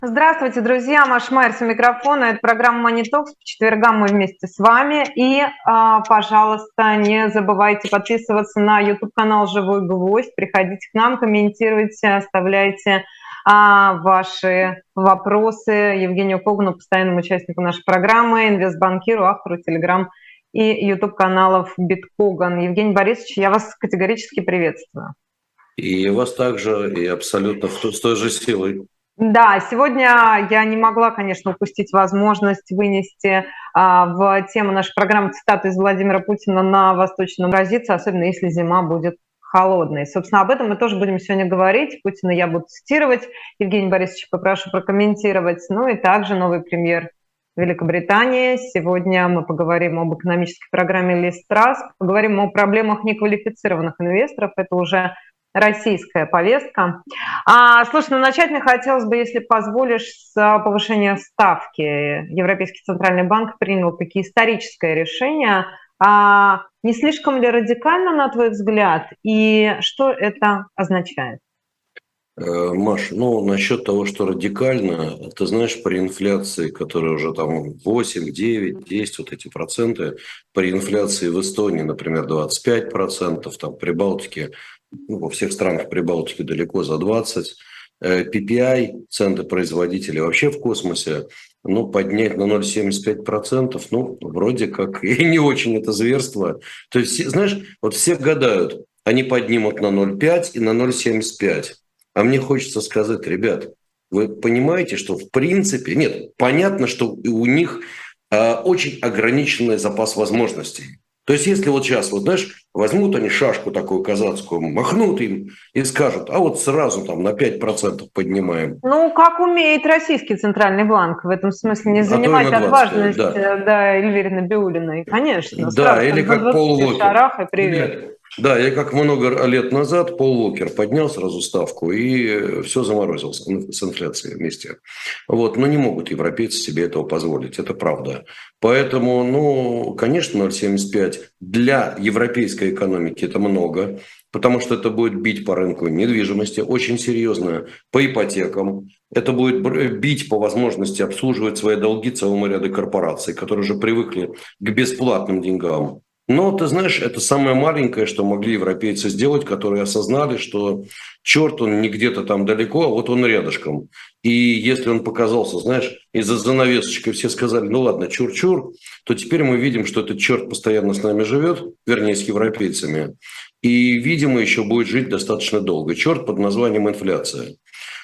Здравствуйте, друзья! Маша Майерс у микрофона. Это программа Money Talks. По четвергам мы вместе с вами. И, пожалуйста, не забывайте подписываться на YouTube-канал «Живой гвоздь». Приходите к нам, комментируйте, оставляйте ваши вопросы Евгению Когану, постоянному участнику нашей программы, инвестбанкиру, автору Telegram и YouTube-каналов Биткоган. Евгений Борисович, я вас категорически приветствую. И вас также, и абсолютно с той же силой. Да, сегодня я не могла, конечно, упустить возможность вынести в тему нашей программы цитату из Владимира Путина на Восточном разице, особенно если зима будет холодной. Собственно, об этом мы тоже будем сегодня говорить. Путина я буду цитировать. Евгений Борисович, попрошу прокомментировать. Ну и также новый премьер Великобритании. Сегодня мы поговорим об экономической программе Лиз Трасс, поговорим о проблемах неквалифицированных инвесторов. Это уже российская повестка. Слушай, начать мне хотелось бы, если позволишь, с повышения ставки. Европейский центральный банк принял такие историческое решение. Не слишком ли радикально, на твой взгляд, и что это означает? Маш, насчет того, что радикально, ты знаешь, при инфляции, которая уже там 8, 9, 10, вот эти проценты, при инфляции в Эстонии, например, 25%, там при Балтике, во всех странах Прибалтики далеко за 20%, PPI, центы производителей вообще в космосе, поднять на 0,75%, вроде как и не очень это зверство. То есть, знаешь, вот все гадают, они поднимут на 0,5 и на 0,75. А мне хочется сказать, ребят, вы понимаете, что в принципе, нет, понятно, что у них очень ограниченный запас возможностей. То есть, если вот сейчас, вот знаешь, возьмут они шашку такую казацкую, махнут им и скажут, а вот сразу там на 5% поднимаем. Как умеет российский центральный банк в этом смысле не А то и занимать на 20, отважность, да. Эльвиры Набиуллиной, конечно, Да, сразу или на как 20 Пол Уокер. шарах и привет. Да, я как много лет назад Пол Уокер поднял сразу ставку и все заморозил с инфляцией вместе. Но не могут европейцы себе этого позволить, это правда. Поэтому, конечно, 0,75 для европейской экономики это много, потому что это будет бить по рынку недвижимости очень серьезно, по ипотекам. Это будет бить по возможности обслуживать свои долги целому ряду корпораций, которые уже привыкли к бесплатным деньгам. Но, ты знаешь, это самое маленькое, что могли европейцы сделать, которые осознали, что черт, он не где-то там далеко, а вот он рядышком. И если он показался, знаешь, из-за занавесочки все сказали, ладно, чур-чур, то теперь мы видим, что этот черт постоянно с нами живет, вернее, с европейцами. И, видимо, еще будет жить достаточно долго. Черт под названием инфляция.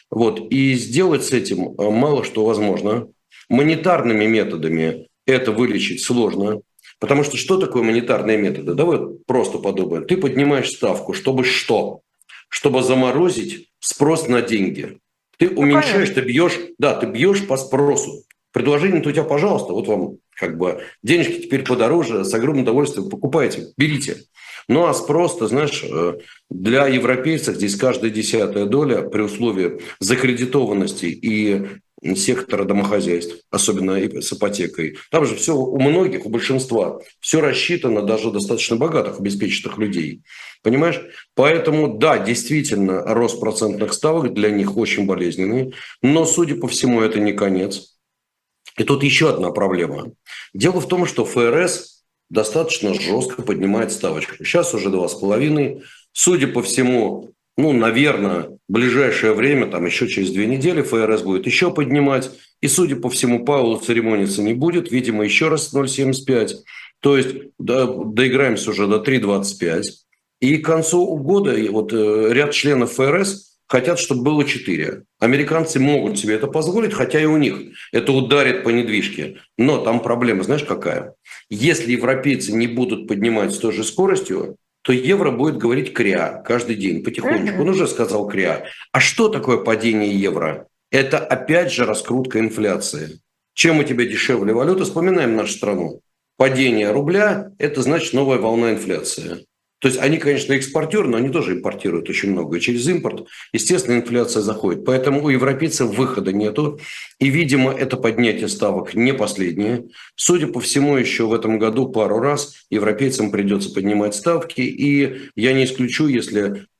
И сделать с этим мало что возможно. Монетарными методами это вылечить сложно. Потому что такое монетарные методы? Давай просто подумаем. Ты поднимаешь ставку, чтобы что? Чтобы заморозить спрос на деньги. Ты уменьшаешь, ты бьешь по спросу. Предложение-то у тебя, пожалуйста, вот вам денежки теперь подороже, с огромным удовольствием покупайте, берите. А спрос, ты знаешь, для европейцев здесь каждая 10-я доля при условии закредитованности и сектора домохозяйств, особенно с ипотекой. Там же все у многих, у большинства, все рассчитано даже достаточно богатых, обеспеченных людей. Понимаешь? Поэтому, да, действительно, рост процентных ставок для них очень болезненный, но, судя по всему, это не конец. И тут еще одна проблема. Дело в том, что ФРС достаточно жестко поднимает ставочку. Сейчас уже 2,5. Судя по всему, наверное, в ближайшее время, там еще через 2 недели ФРС будет еще поднимать. И, судя по всему, Пауэлл церемониться не будет. Видимо, еще раз 0,75. То есть доиграемся уже до 3,25. И к концу года ряд членов ФРС хотят, чтобы было 4. Американцы могут себе это позволить, хотя и у них это ударит по недвижке. Но там проблема, знаешь, какая? Если европейцы не будут поднимать с той же скоростью, то евро будет говорить кря каждый день, потихонечку. Он уже сказал кря. А что такое падение евро? Это опять же раскрутка инфляции. Чем у тебя дешевле валюта? Вспоминаем нашу страну. Падение рубля – это значит новая волна инфляции. То есть они, конечно, экспортеры, но они тоже импортируют очень много. И через импорт, естественно, инфляция заходит. Поэтому у европейцев выхода нету. И, видимо, это поднятие ставок не последнее. Судя по всему, еще в этом году пару раз европейцам придется поднимать ставки. И я не исключу, если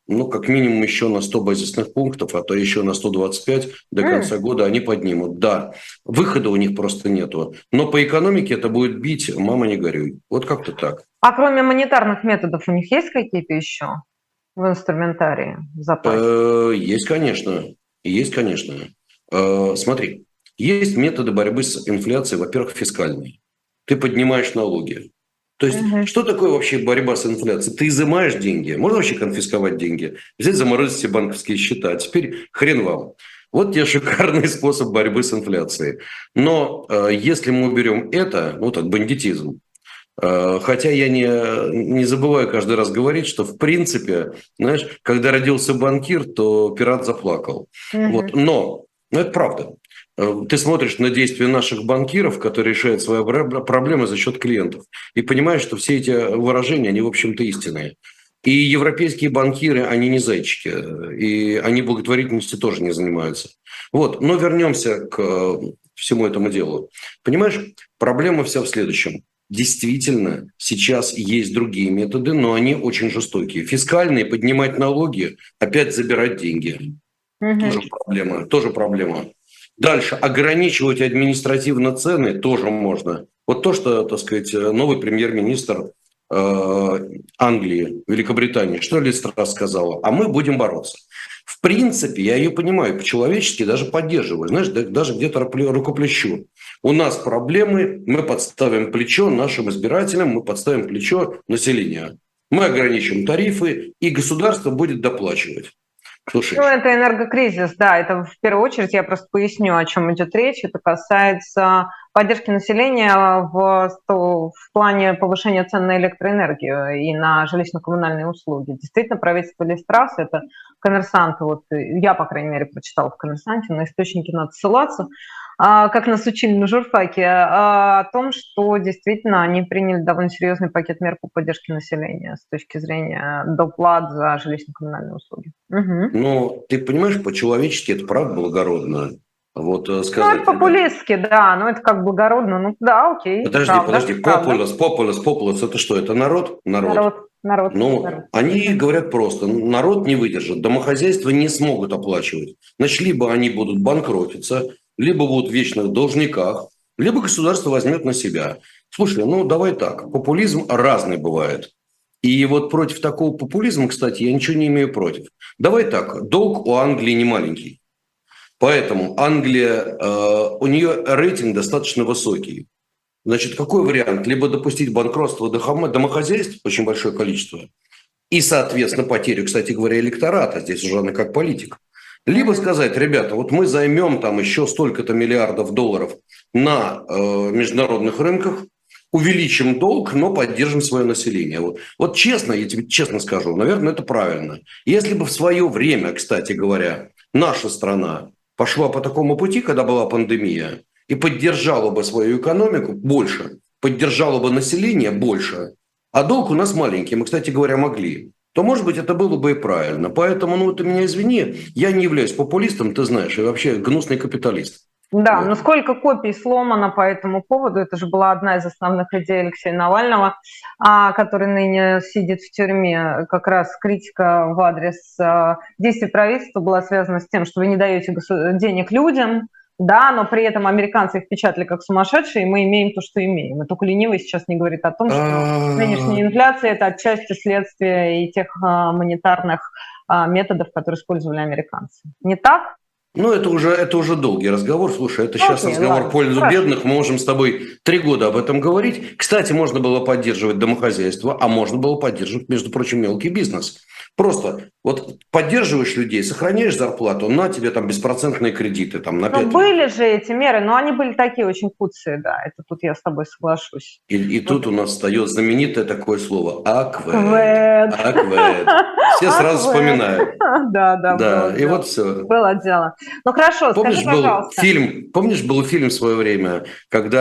ну, как минимум еще на 100 базисных пунктов, а то еще на 125 до конца года они поднимут. Да, выхода у них просто нету. Но по экономике это будет бить, мама не горюй. Вот как-то так. А кроме монетарных методов у них есть какие-то еще в инструментарии, в запасе? Есть, конечно. Есть, конечно. Смотри, есть методы борьбы с инфляцией, во-первых, фискальные. Ты поднимаешь налоги. То есть, что такое вообще борьба с инфляцией? Ты изымаешь деньги, можно вообще конфисковать деньги, взять, заморозить все банковские счета, а теперь хрен вам. Вот тебе шикарный способ борьбы с инфляцией. Но если мы уберем это, ну так, бандитизм, хотя я не забываю каждый раз говорить, что в принципе, знаешь, когда родился банкир, то пират заплакал. Вот. Но это правда. Ты смотришь на действия наших банкиров, которые решают свои проблемы за счет клиентов, и понимаешь, что все эти выражения, они, в общем-то, истинные. И европейские банкиры, они не зайчики, и они благотворительностью тоже не занимаются. Вот, но вернемся к всему этому делу. Понимаешь, проблема вся в следующем. Действительно, сейчас есть другие методы, но они очень жестокие. Фискальные, поднимать налоги, опять забирать деньги. Тоже проблема, тоже проблема. Дальше, ограничивать административно цены тоже можно. Вот то, что, так сказать, новый премьер-министр Англии, Великобритании, что Лиз Трасс сказала, а мы будем бороться. В принципе, я ее понимаю, по-человечески даже поддерживаю, знаешь, даже где-то рукоплещу. У нас проблемы, мы подставим плечо нашим избирателям, мы подставим плечо населению. Мы ограничим тарифы, и государство будет доплачивать. Слушай. Ну, это энергокризис, да, это в первую очередь, я просто поясню, о чем идет речь. Это касается поддержки населения в плане повышения цен на электроэнергию и на жилищно-коммунальные услуги. Действительно, правительство Лиз Трасс, это коммерсанты, вот я, по крайней мере, прочитала в «Коммерсанте», на источники надо ссылаться, как нас учили на журфаке, о том, что действительно они приняли довольно серьезный пакет мер по поддержке населения с точки зрения доплат за жилищно-коммунальные услуги. Ну, ты понимаешь, по-человечески это правда благородно. Вот сказать. Ну, это популистски, да, ну это как благородно, ну да, окей. Подожди, популас, это что, это народ? Народ. Ну, они говорят просто, народ не выдержит, домохозяйства не смогут оплачивать. Значит, либо они будут банкротиться, либо будут в вечных должниках, либо государство возьмет на себя. Слушай, ну давай так, популизм разный бывает. И вот против такого популизма, кстати, я ничего не имею против. Давай так, долг у Англии не маленький. Поэтому Англия, у нее рейтинг достаточно высокий. Значит, какой вариант? Либо допустить банкротство домохозяйств, очень большое количество, и, соответственно, потерю, кстати говоря, электората, здесь уже она как политик. Либо сказать, ребята, вот мы займем там еще столько-то миллиардов долларов на международных рынках, увеличим долг, но поддержим свое население. Вот честно, я тебе честно скажу, наверное, это правильно. Если бы в свое время, кстати говоря, наша страна пошла по такому пути, когда была пандемия, и поддержала бы свою экономику больше, поддержала бы население больше, а долг у нас маленький, мы, кстати говоря, могли, то, может быть, это было бы и правильно. Поэтому, ну, ты меня извини, я не являюсь популистом, ты знаешь, и вообще гнусный капиталист. Да, но сколько копий сломано по этому поводу, это же была одна из основных идей Алексея Навального, который ныне сидит в тюрьме. Как раз критика в адрес действий правительства была связана с тем, что вы не даете денег людям, да, но при этом американцы их печатали как сумасшедшие, и мы имеем то, что имеем. И только ленивый сейчас не говорит о том, что нынешняя инфляция – это отчасти следствие и тех монетарных методов, которые использовали американцы. Не так? Ну, это уже долгий разговор. Слушай, это сейчас разговор в пользу бедных. Мы можем с тобой 3 года об этом говорить. Кстати, можно было поддерживать домохозяйство, а можно было поддерживать, между прочим, мелкий бизнес. Просто вот поддерживаешь людей, сохраняешь зарплату, на тебе там беспроцентные кредиты там, на 5 лет. Были же эти меры, но они были такие очень куцые, да, это тут я с тобой соглашусь. И тут у нас встает знаменитое такое слово «аквэд». Все сразу вспоминают. Да, и вот все. Было дело. Ну хорошо, помнишь, скажи, пожалуйста. Был фильм в свое время, когда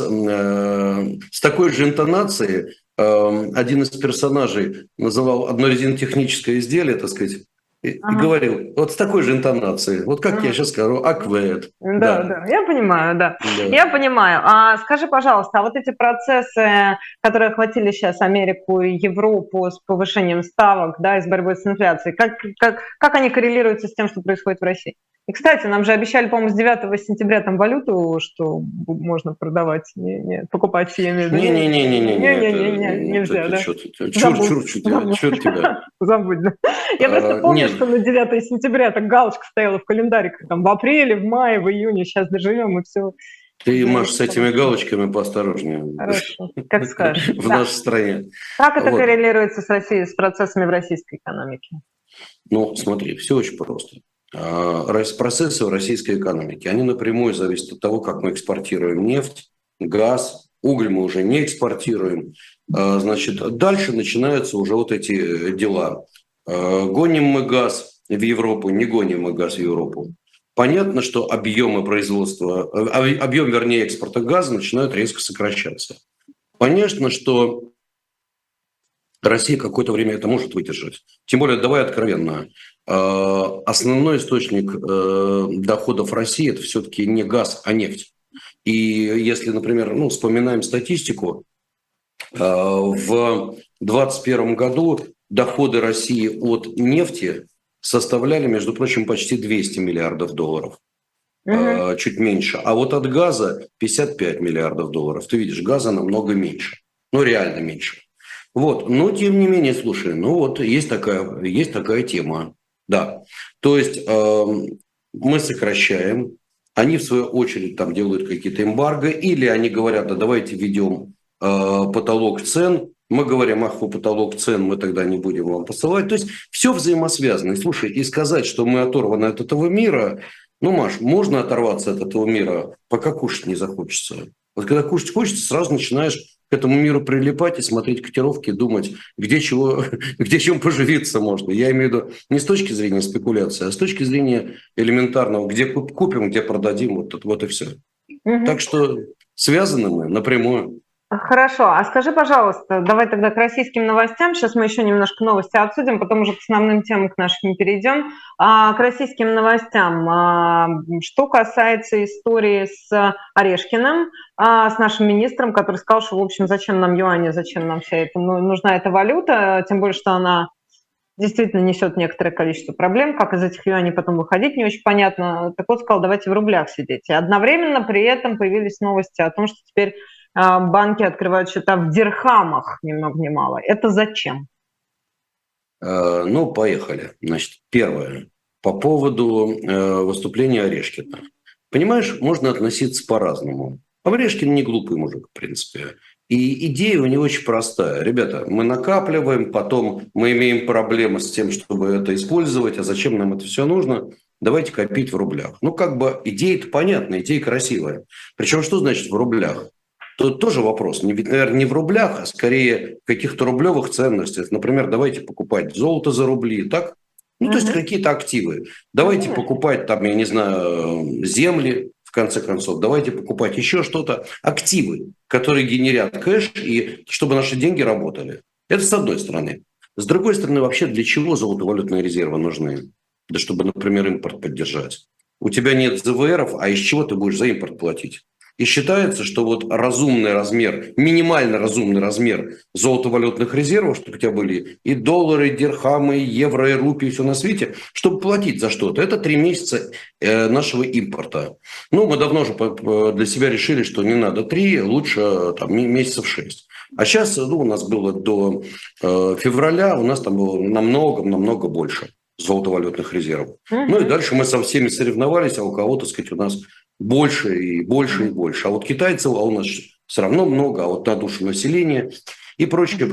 с такой же интонацией один из персонажей называл одно резинотехническое изделие, так сказать, и говорил вот с такой же интонацией, вот как я сейчас скажу, аквет. Да, да, я понимаю, да. Да. Я понимаю. А скажи, пожалуйста, а вот эти процессы, которые охватили сейчас Америку и Европу с повышением ставок, да, и с борьбой с инфляцией, как они коррелируются с тем, что происходит в России? И, кстати, нам же обещали, по-моему, с 9 сентября там валюту, что можно продавать, покупать, я имею в виду. Не-не-не, нельзя, да? чур тебя. Забудь, да. Я просто помню, что на 9 сентября так галочка стояла в календариках, там в апреле, в мае, в июне, сейчас доживем, и все. Ты, Маш, с этими галочками поосторожнее. Хорошо, как скажешь. В нашей стране. Как это коррелируется с Россией, с процессами в российской экономике? Ну, смотри, все очень просто. Процессы в российской экономике, они напрямую зависят от того, как мы экспортируем нефть, газ, уголь мы уже не экспортируем. Значит, дальше начинаются уже вот эти дела. Гоним мы газ в Европу, не гоним мы газ в Европу. Понятно, что объемы производства, вернее, экспорта газа начинают резко сокращаться. Понятно, что Россия какое-то время это может выдержать. Тем более, давай откровенно, основной источник доходов России – это все-таки не газ, а нефть. И если, например, вспоминаем статистику, в 2021 году доходы России от нефти составляли, между прочим, почти 200 миллиардов долларов. Чуть меньше. А вот от газа 55 миллиардов долларов. Ты видишь, газа намного меньше. Реально меньше. Вот. Но, тем не менее, слушай, есть такая тема. Да. То есть мы сокращаем, они, в свою очередь, там делают какие-то эмбарго, или они говорят, да давайте введем потолок цен. Мы говорим, ах, вы потолок цен, мы тогда не будем вам посылать. То есть все взаимосвязано. И слушай, и сказать, что мы оторваны от этого мира, Маш, можно оторваться от этого мира, пока кушать не захочется. Вот когда кушать хочется, сразу начинаешь к этому миру прилипать и смотреть котировки, думать, где чем поживиться можно. Я имею в виду не с точки зрения спекуляции, а с точки зрения элементарного, где купим, где продадим, вот и все. Так что связаны мы напрямую. Хорошо. А скажи, пожалуйста, давай тогда к российским новостям. Сейчас мы еще немножко новости обсудим, потом уже к основным темам к нашим перейдем. К российским новостям. Что касается истории с Орешкиным, с нашим министром, который сказал, что, в общем, зачем нам юани, зачем нам вся эта, нужна эта валюта, тем более, что она действительно несет некоторое количество проблем, как из этих юаней потом выходить, не очень понятно. Так вот, сказал, давайте в рублях сидеть. И одновременно при этом появились новости о том, что теперь банки открывают счета в дирхамах, ни много ни мало. Это зачем? Поехали. Значит, первое. По поводу выступления Орешкина. Понимаешь, можно относиться по-разному. Орешкин не глупый мужик, в принципе. И идея у него очень простая. Ребята, мы накапливаем, потом мы имеем проблемы с тем, чтобы это использовать. А зачем нам это все нужно? Давайте копить в рублях. Идея-то понятная, идея красивая. Причем, что значит в рублях? Тут тоже вопрос. Наверное, не в рублях, а скорее в каких-то рублевых ценностях. Например, давайте покупать золото за рубли, так? То есть какие-то активы. Давайте покупать, я не знаю, земли, в конце концов. Давайте покупать еще что-то. Активы, которые генерят кэш, и чтобы наши деньги работали. Это с одной стороны. С другой стороны, вообще для чего золотовалютные резервы нужны? Да чтобы, например, импорт поддержать. У тебя нет ЗВРов, а из чего ты будешь за импорт платить? И считается, что разумный размер, минимально разумный размер золотовалютных резервов, чтобы у тебя были и доллары, и дирхамы, и евро, и рупии, и все на свете, чтобы платить за что-то. Это 3 месяца нашего импорта. Мы давно уже для себя решили, что не надо 3, лучше месяцев 6. А сейчас у нас было до февраля, у нас там было намного больше золотовалютных резервов. И дальше мы со всеми соревновались, а у кого, у нас больше и больше и больше. А китайцев, у нас все равно много, а на душу населения и прочее.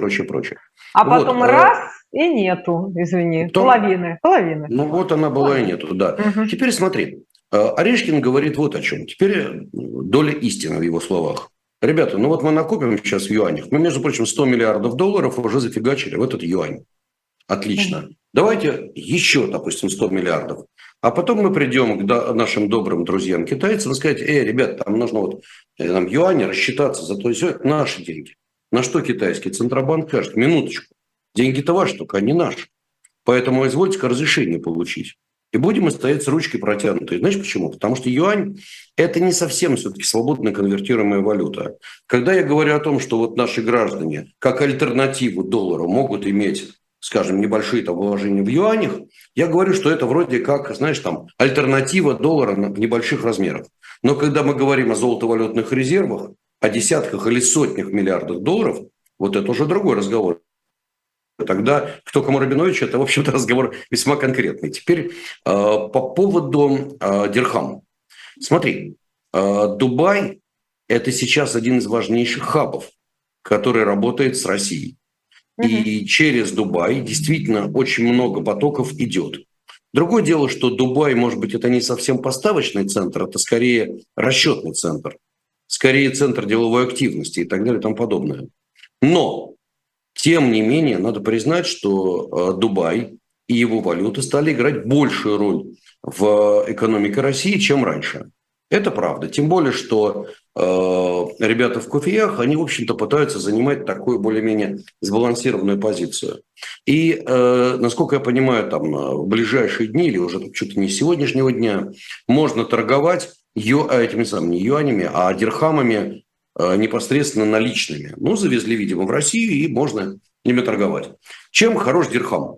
А потом раз и нету, извини, половины. Она была и нету, да. Теперь смотри, Орешкин говорит вот о чем. Теперь доля истины в его словах. Ребята, мы накопим сейчас в юанях. Мы, между прочим, 100 миллиардов долларов уже зафигачили в этот юань. Отлично. Давайте еще, допустим, 100 миллиардов. А потом мы придем к нашим добрым друзьям китайцам и сказать, ребят, там нужно юани рассчитаться за то, это наши деньги. На что китайский Центробанк скажет, минуточку, деньги-то ваши, только они наши. Поэтому извольте-ка разрешение получить. И будем мы стоять с ручкой протянутой. Знаешь почему? Потому что юань – это не совсем все-таки свободно конвертируемая валюта. Когда я говорю о том, что вот наши граждане как альтернативу доллару могут иметь, скажем, небольшие там вложения в юанях, я говорю, что это вроде как, знаешь, там альтернатива доллара в небольших размерах. Но когда мы говорим о золотовалютных резервах, о десятках или сотнях миллиардов долларов, вот это уже другой разговор. Тогда кто кому Рабинович, это, в общем-то, разговор весьма конкретный. Теперь по поводу дирхама. Смотри, Дубай – это сейчас один из важнейших хабов, который работает с Россией. И через Дубай действительно очень много потоков идет. Другое дело, что Дубай, может быть, это не совсем поставочный центр, это скорее расчетный центр, скорее центр деловой активности и так далее и тому подобное. Но тем не менее, надо признать, что Дубай и его валюты стали играть большую роль в экономике России, чем раньше. Это правда. Тем более, что ребята в кофеях, они, в общем-то, пытаются занимать такую более-менее сбалансированную позицию. И, насколько я понимаю, там в ближайшие дни, или уже чуть ли не с сегодняшнего дня, можно торговать этими самыми не юанями, а дирхамами, непосредственно наличными. Ну, завезли, видимо, в Россию, и можно ими торговать. Чем хорош дирхам?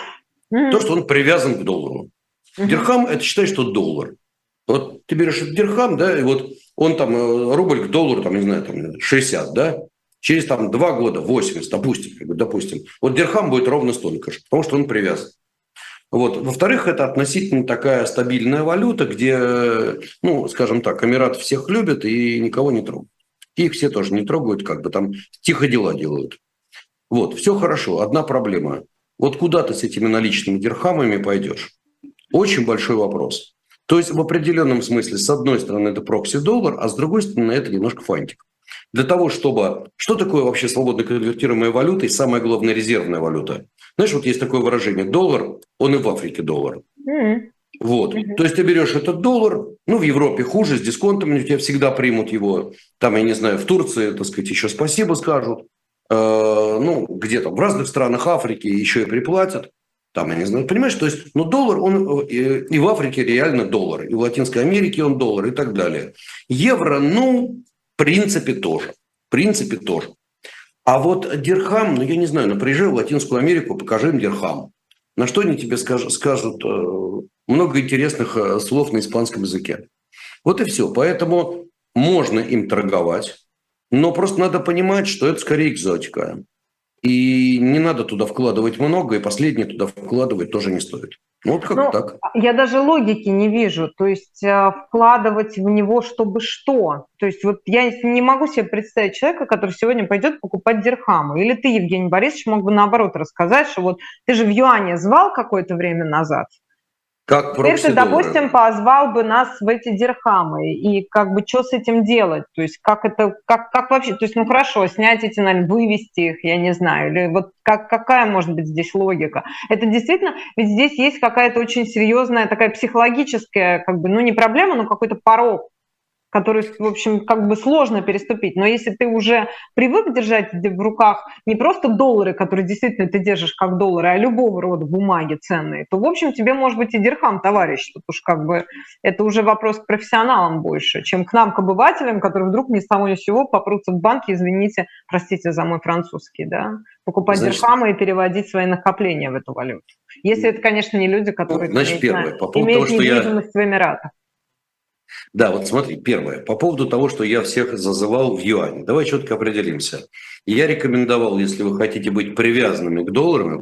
То, что он привязан к доллару. Дирхам – это считай, что доллар. Вот ты берешь этот дирхам, да, и вот он там, рубль к доллару, там, не знаю, там 60, да, через там 2 года 80, допустим. Вот дирхам будет ровно столько же, потому что он привязан. Вот. Во-вторых, это относительно такая стабильная валюта, где, ну, скажем так, Эмираты всех любят и никого не трогают. Их все тоже не трогают, как бы там тихо дела делают. Вот, все хорошо. Одна проблема. Вот куда ты с этими наличными дирхамами пойдешь? Очень большой вопрос. То есть в определенном смысле, с одной стороны, это прокси-доллар, а с другой стороны, это немножко фантик. Для того, чтобы... Что такое вообще свободно конвертируемая валюта и, самое главное, резервная валюта? Знаешь, вот есть такое выражение: доллар, он и в Африке доллар. Вот. То есть ты берешь этот доллар, ну, в Европе хуже, с дисконтами у тебя всегда примут его. Там, я не знаю, в Турции, так сказать, еще спасибо скажут. Ну, где-то в разных странах Африки еще и приплатят. Там, я не знаю, понимаешь, то есть, ну, доллар, он и в Африке реально доллар, и в Латинской Америке он доллар, и так далее. Евро, ну, в принципе, тоже. В принципе, тоже. А вот дирхам, ну, я не знаю, ну, приезжай в Латинскую Америку, покажи им дирхам. На что они тебе скажут много интересных слов на испанском языке. Вот и все. Поэтому можно им торговать, но просто надо понимать, что это скорее экзотика. И не надо туда вкладывать много, и последнее туда вкладывать тоже не стоит. Ну, вот как так. Я даже логики не вижу. То есть вкладывать в него чтобы что? То есть вот я не могу себе представить человека, который сегодня пойдет покупать дирхамы. Или ты, Евгений Борисович, мог бы наоборот рассказать, что вот ты же в юане звал какое-то время назад. Как теперь ты, допустим, позвал бы нас в эти дирхамы, и как бы что с этим делать? То есть как это, как вообще, то есть, ну хорошо, снять эти, наверное, вывести их, я не знаю, или вот какая может быть здесь логика? Это действительно, ведь здесь есть какая-то очень серьезная такая психологическая, как бы, ну не проблема, но какой-то порог, который, в общем, как бы сложно переступить. Но если ты уже привык держать в руках не просто доллары, которые действительно ты держишь как доллары, а любого рода бумаги ценные, то, в общем, тебе может быть и дирхам, товарищ. Тут уж как бы это уже вопрос к профессионалам больше, чем к нам, к обывателям, которые вдруг ни с того ни с сего попрутся в банке, извините, простите за мой французский, да, покупать дирхамы и переводить свои накопления в эту валюту. Если это, конечно, не люди, которые имеют недвижимость в Эмиратах. Да, вот смотри, первое. По поводу того, что я всех зазывал в юане. Давай четко определимся. Я рекомендовал, если вы хотите быть привязанными к долларам,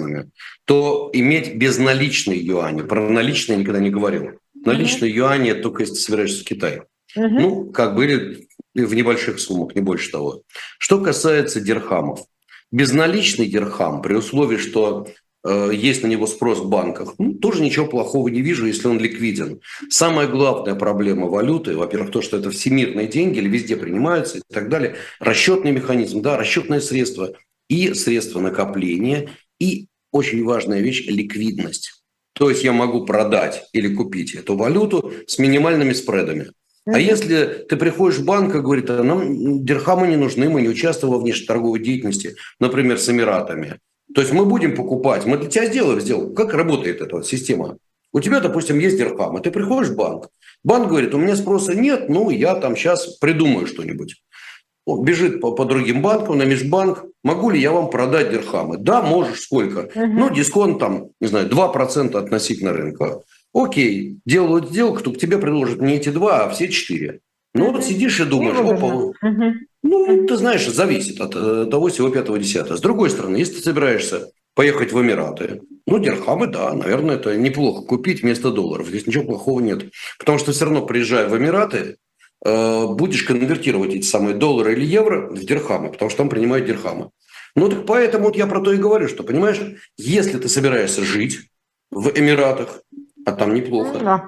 то иметь безналичные юани. Про наличные я никогда не говорил. Наличные юани – это только если ты собираешься в Китай. Ну, как были в небольших суммах, не больше того. Что касается дирхамов. Безналичный дирхам, при условии, что есть на него спрос в банках, ну, тоже ничего плохого не вижу, если он ликвиден. Самая главная проблема валюты, во-первых, то, что это всемирные деньги, или везде принимаются и так далее, расчетный механизм, да, расчетные средства и средства накопления, и очень важная вещь – ликвидность. То есть я могу продать или купить эту валюту с минимальными спредами. А если ты приходишь в банк и говорит, а нам дирхамы не нужны, мы не участвуем во внешнеторговой деятельности, например, с Эмиратами, То есть мы будем покупать, мы для тебя сделаем сделку. Как работает эта вот система? У тебя, допустим, есть дирхам, а ты приходишь в банк. Банк говорит, у меня спроса нет, ну я там сейчас придумаю что-нибудь. Он бежит по другим банкам, на межбанк. Могу ли я вам продать дирхамы? Да, можешь, сколько? Ну, дисконт там, не знаю, 2% относительно рынка. Окей, делают сделку, то к тебе предложат не эти 2, а все 4. Ну, вот сидишь и думаешь, опа, ну, ты знаешь, зависит от того всего 5-10. С другой стороны, если ты собираешься поехать в Эмираты, ну, дирхамы, да, наверное, это неплохо купить вместо долларов. Здесь ничего плохого нет. Потому что все равно, приезжая в Эмираты, будешь конвертировать эти самые доллары или евро в дирхамы, потому что там принимают дирхамы. Ну, так поэтому вот я про то и говорю, что, понимаешь, если ты собираешься жить в Эмиратах, а там неплохо,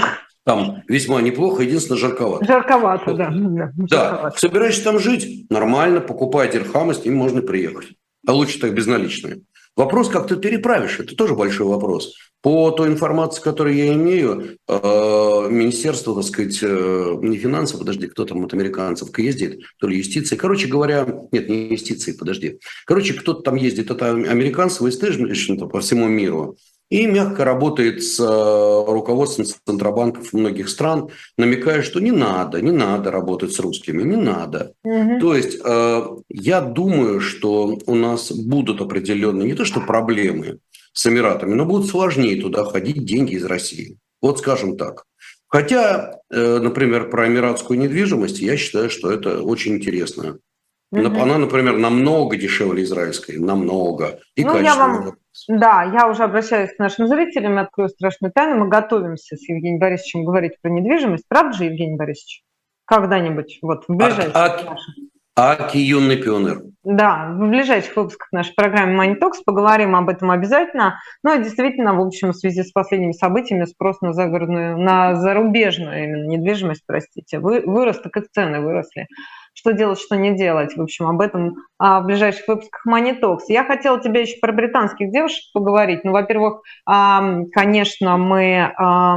там весьма неплохо, единственное, жарковато. Жарковато, да. Да, собираешься там жить, нормально, покупай дирхамы, с ними можно приехать. А лучше так безналичные. Вопрос, как ты переправишь, это тоже большой вопрос. По той информации, которую я имею, министерство, так сказать, не финансов, подожди, кто там от американцев ездит, то ли юстиции. Короче говоря, нет, не юстиции, подожди. Короче, кто-то там ездит, это американцев, истеблишмента по всему миру. И мягко работает с руководством центробанков многих стран, намекая, что не надо работать с русскими, не надо. То есть я думаю, что у нас будут определенные, не то что проблемы с Эмиратами, но будут сложнее туда ходить деньги из России. Вот скажем так. Хотя, например, про эмиратскую недвижимость я считаю, что это очень интересно. Она, например, намного дешевле израильской, намного. И качественнее. Да, я уже обращаюсь к нашим зрителям, открою страшную тайну. Мы готовимся с Евгением Борисовичем говорить про недвижимость. Правда же, Евгений Борисович? Когда-нибудь, вот в ближайших наших... Аки юный пионер. Да, в ближайших выпусках нашей программы Money Talks поговорим об этом обязательно. Ну и действительно, в общем, в связи с последними событиями спрос на загородную, на зарубежную именно недвижимость, простите, вырос, так и цены выросли. Что делать, что не делать. В общем, об этом в ближайших выпусках Money Talks. Я хотела тебе еще про британских девушек поговорить. Ну, во-первых, конечно, мы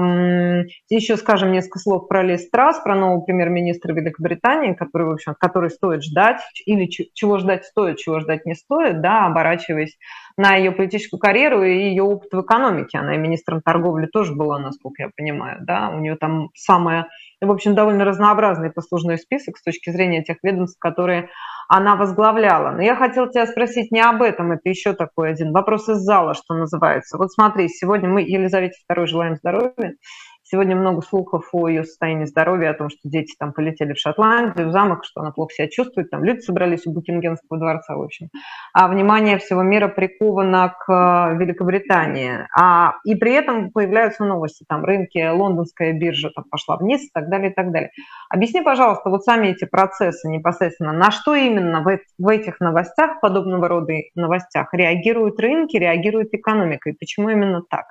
еще скажем несколько слов про Лиз Трасс, про нового премьер-министра Великобритании, который, в общем, который стоит ждать, или чего ждать стоит, чего ждать не стоит, да, оборачиваясь на ее политическую карьеру и ее опыт в экономике. Она и министром торговли тоже была, насколько я понимаю, да, у нее там самая, в общем, довольно разнообразный послужной список с точки зрения тех ведомств, которые она возглавляла. Но я хотела тебя спросить не об этом, это еще такой один вопрос из зала, что называется. Вот смотри, сегодня мы Елизавете II желаем здоровья. Сегодня много слухов о ее состоянии здоровья, о том, что дети там полетели в Шотландию, в замок, что она плохо себя чувствует, там люди собрались у Букингемского дворца, в общем. А внимание всего мира приковано к Великобритании. И при этом появляются новости, там рынки, лондонская биржа там пошла вниз и так далее, и так далее. Объясни, пожалуйста, вот сами эти процессы непосредственно, на что именно в этих новостях, подобного рода новостях, реагируют рынки, реагирует экономика, и почему именно так?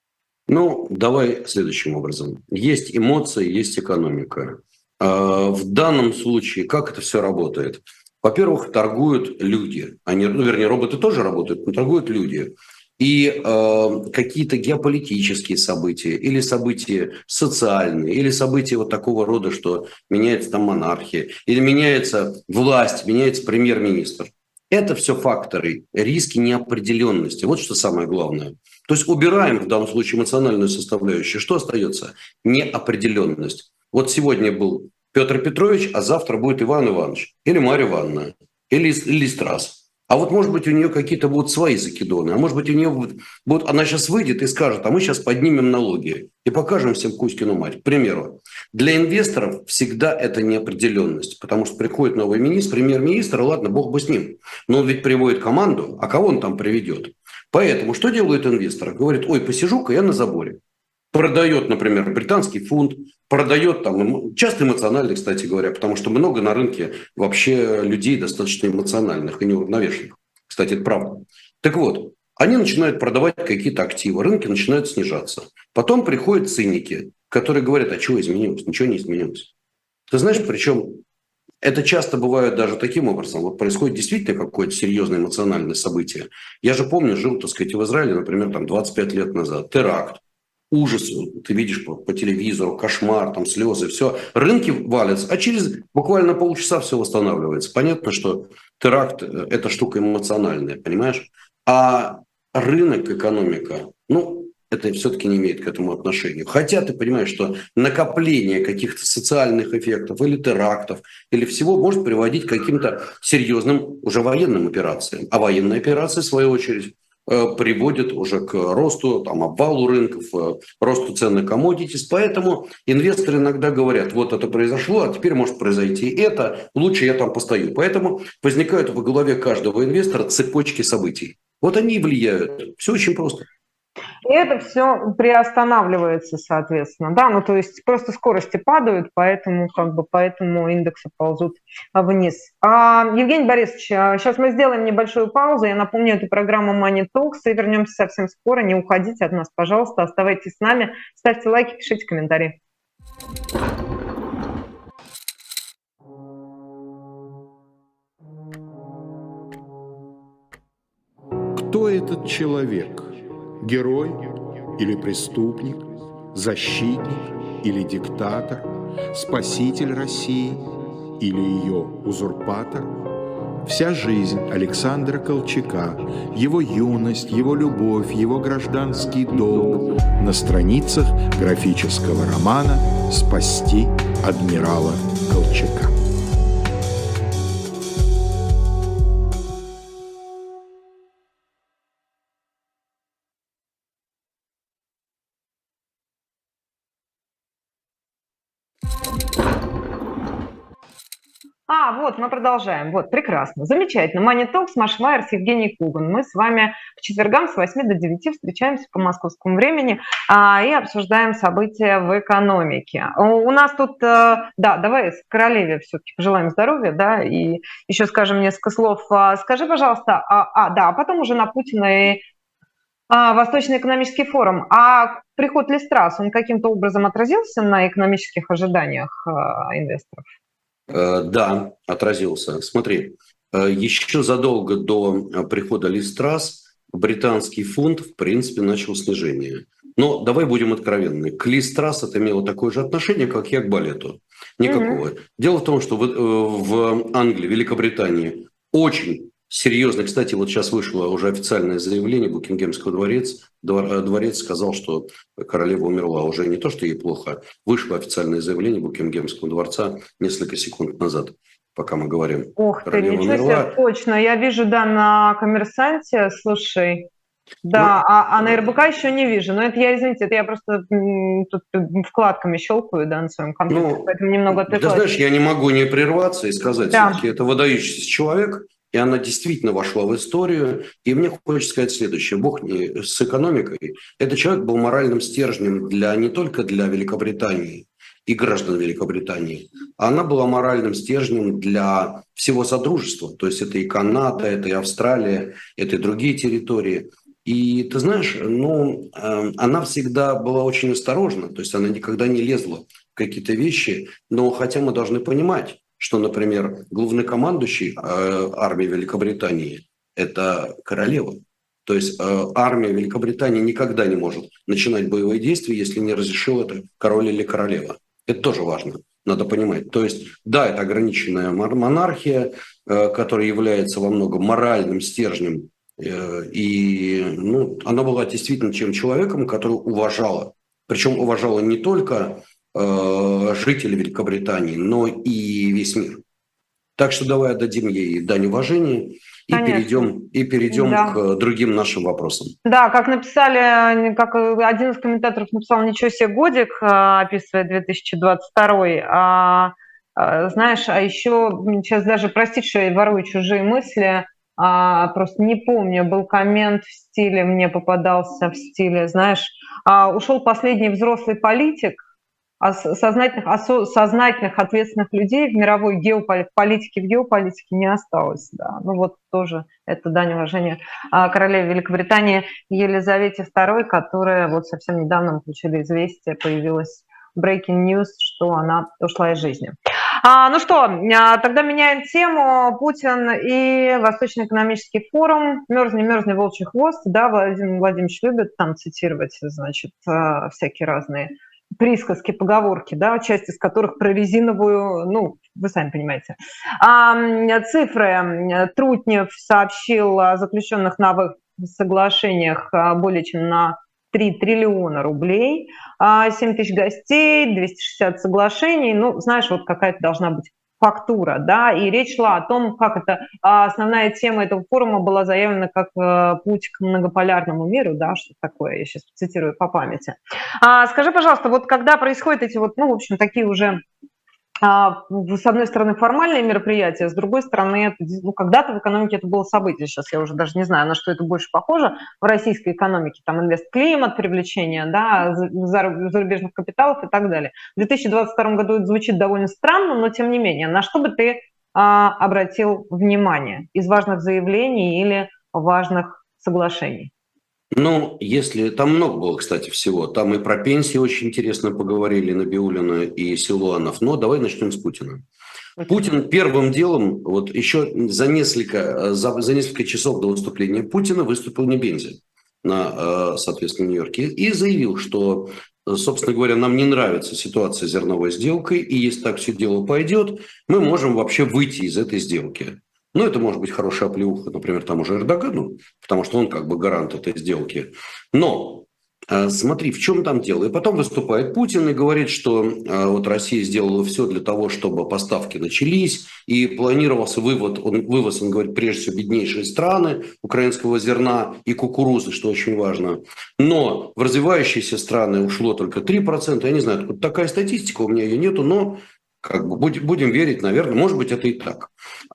Ну, давай следующим образом. Есть эмоции, есть экономика. В данном случае как это все работает? Во-первых, торгуют люди. Вернее, роботы тоже работают, но торгуют люди. И какие-то геополитические события, или события социальные, или события вот такого рода, что меняется там монархия, или меняется власть, меняется премьер-министр. Это все факторы, риски неопределенности. Вот что самое главное. То есть убираем в данном случае эмоциональную составляющую. Что остается? Неопределенность. Вот сегодня был Петр Петрович, а завтра будет Иван Иванович. Или Марья Ивановна. Или Лиз Трасс. А вот, может быть, у нее какие-то будут свои закидоны. А может быть, у нее будут... Она сейчас выйдет и скажет, а мы сейчас поднимем налоги. И покажем всем Кузькину мать. К примеру. Для инвесторов всегда это неопределенность. Потому что приходит новый премьер-министр, ладно, бог бы с ним. Но он ведь приводит команду, а кого он там приведет? Поэтому что делает инвестор? Говорит, ой, посижу-ка я на заборе. Продает, например, британский фунт, продает там, часто эмоциональный, кстати говоря, потому что много на рынке вообще людей достаточно эмоциональных и неуравновешенных. Кстати, это правда. Так вот, они начинают продавать какие-то активы, рынки начинают снижаться. Потом приходят циники, которые говорят, а чего изменилось? Ничего не изменилось. Ты знаешь, причем это часто бывает даже таким образом. Вот происходит действительно какое-то серьезное эмоциональное событие. Я же помню, жил, так сказать, в Израиле, например, там 25 лет назад. Теракт, ужас, ты видишь по телевизору, кошмар, там слезы, все. Рынки валятся, а через буквально полчаса все восстанавливается. Понятно, что теракт – это штука эмоциональная, понимаешь? А рынок, экономика, ну, это все-таки не имеет к этому отношения. Хотя ты понимаешь, что накопление каких-то социальных эффектов или терактов, или всего может приводить к каким-то серьезным уже военным операциям. А военные операции, в свою очередь, приводят уже к росту, там, обвалу рынков, росту цен на commodities. Поэтому инвесторы иногда говорят, вот это произошло, а теперь может произойти это, лучше я там постою. Поэтому возникают в голове каждого инвестора цепочки событий. Вот они и влияют. Все очень просто. И это все приостанавливается, соответственно. Да, ну то есть просто скорости падают, поэтому поэтому индексы ползут вниз. Евгений Борисович, сейчас мы сделаем небольшую паузу. Я напомню, это программа Money Talks, и вернемся совсем скоро. Не уходите от нас, пожалуйста, оставайтесь с нами, ставьте лайки, пишите комментарии. Кто этот человек? Герой или преступник? Защитник или диктатор? Спаситель России или ее узурпатор? Вся жизнь Александра Колчака, его юность, его любовь, его гражданский долг на страницах графического романа «Спасти адмирала Колчака». Вот, мы продолжаем. Вот, прекрасно. Замечательно. Money Talks, Машвайер с Евгением Коган. Мы с вами по четвергам с 8 до 9 встречаемся по московскому времени и обсуждаем события в экономике. У нас тут, давай с королеве все-таки пожелаем здоровья, да, и еще скажем несколько слов. Скажи, пожалуйста, а потом уже на Путина и Восточный экономический форум. А приход Ли Страс, он каким-то образом отразился на экономических ожиданиях инвесторов? Да, отразился. Смотри, еще задолго до прихода Ли Страс британский фунт, в принципе, начал снижение. Но давай будем откровенны. К Ли Страс это имело такое же отношение, как я к балету. Никакого. Дело в том, что в Англии, Великобритании очень серьезно, кстати, вот сейчас вышло уже официальное заявление Букингемского дворец сказал, что королева умерла. Уже не то, что ей плохо. Вышло официальное заявление Букингемского дворца несколько секунд назад, пока мы говорим. Ох ты, ничего себе, точно. Я вижу, да, на «Коммерсанте», слушай, да, а на РБК еще не вижу. Но это я, извините, это я просто тут вкладками щелкаю, да, на своем компьютере, поэтому немного отвлеклась. Да, знаешь, я не могу не прерваться и сказать, все-таки это выдающийся человек, и она действительно вошла в историю. И мне хочется сказать следующее. Бог не с экономикой. Этот человек был моральным стержнем не только для Великобритании и граждан Великобритании, а она была моральным стержнем для всего Содружества. То есть это и Канада, это и Австралия, это и другие территории. И ты знаешь, она всегда была очень осторожна. То есть она никогда не лезла в какие-то вещи. Но хотя мы должны понимать, что, например, главнокомандующий армией Великобритании – это королева. То есть армия Великобритании никогда не может начинать боевые действия, если не разрешил это король или королева. Это тоже важно, надо понимать. То есть, да, это ограниченная монархия, которая является во многом моральным стержнем. И она была действительно тем человеком, который уважала. Причем уважала не только жителей Великобритании, но и весь мир. Так что давай отдадим ей дань уважения и перейдем к другим нашим вопросам. Да, как один из комментаторов написал, ничего себе годик, описывая 2022. Знаешь, а еще сейчас даже, простите, что я ворую чужие мысли, просто не помню, был коммент в стиле, мне попадался в стиле, знаешь, ушел последний взрослый политик, сознательных, ответственных людей в мировой политике, в геополитике не осталось. Да. Тоже это дань уважения королеве Великобритании Елизавете II, которая совсем недавно мы получили известие, появилась breaking news, что она ушла из жизни. Тогда меняем тему. Путин и Восточный экономический форум. Мерзни, волчий хвост. Да, Владимир Владимирович любит там цитировать, всякие разные присказки, поговорки, да, часть из которых про резиновую, вы сами понимаете. Цифры. Трутнев сообщил о заключенных новых соглашениях более чем на 3 триллиона рублей, 7 тысяч гостей, 260 соглашений. Ну, знаешь, вот какая-то должна быть фактура, да, и речь шла о том, как это, основная тема этого форума была заявлена как путь к многополярному миру, да, что такое, я сейчас цитирую по памяти. Скажи, пожалуйста, вот когда происходят эти вот, ну, в общем, такие уже с одной стороны, формальные мероприятия, с другой стороны, ну, когда-то в экономике это было событие, сейчас я уже даже не знаю, на что это больше похоже в российской экономике, там инвестклимат, привлечение, да, зарубежных капиталов и так далее. В 2022 году это звучит довольно странно, но тем не менее, на что бы ты обратил внимание из важных заявлений или важных соглашений? Ну, если... Там много было, кстати, всего. Там и про пенсии очень интересно поговорили Набиуллина и Силуанов. Но давай начнем с Путина. Путин первым делом, вот еще за несколько часов до выступления Путина выступил Небензи соответственно, в Нью-Йорке и заявил, что, собственно говоря, нам не нравится ситуация с зерновой сделкой, и если так все дело пойдет, мы можем вообще выйти из этой сделки. Ну, это может быть хорошая оплеуха, например, тому же Эрдогану, потому что он как бы гарант этой сделки. Но смотри, в чем там дело. И потом выступает Путин и говорит, что вот Россия сделала все для того, чтобы поставки начались, и планировался вывоз, он говорит, прежде всего, беднейшие страны украинского зерна и кукурузы, что очень важно. Но в развивающиеся страны ушло только 3%. Я не знаю, откуда такая статистика, у меня ее нету, но как бы будем верить, наверное, может быть, это и так.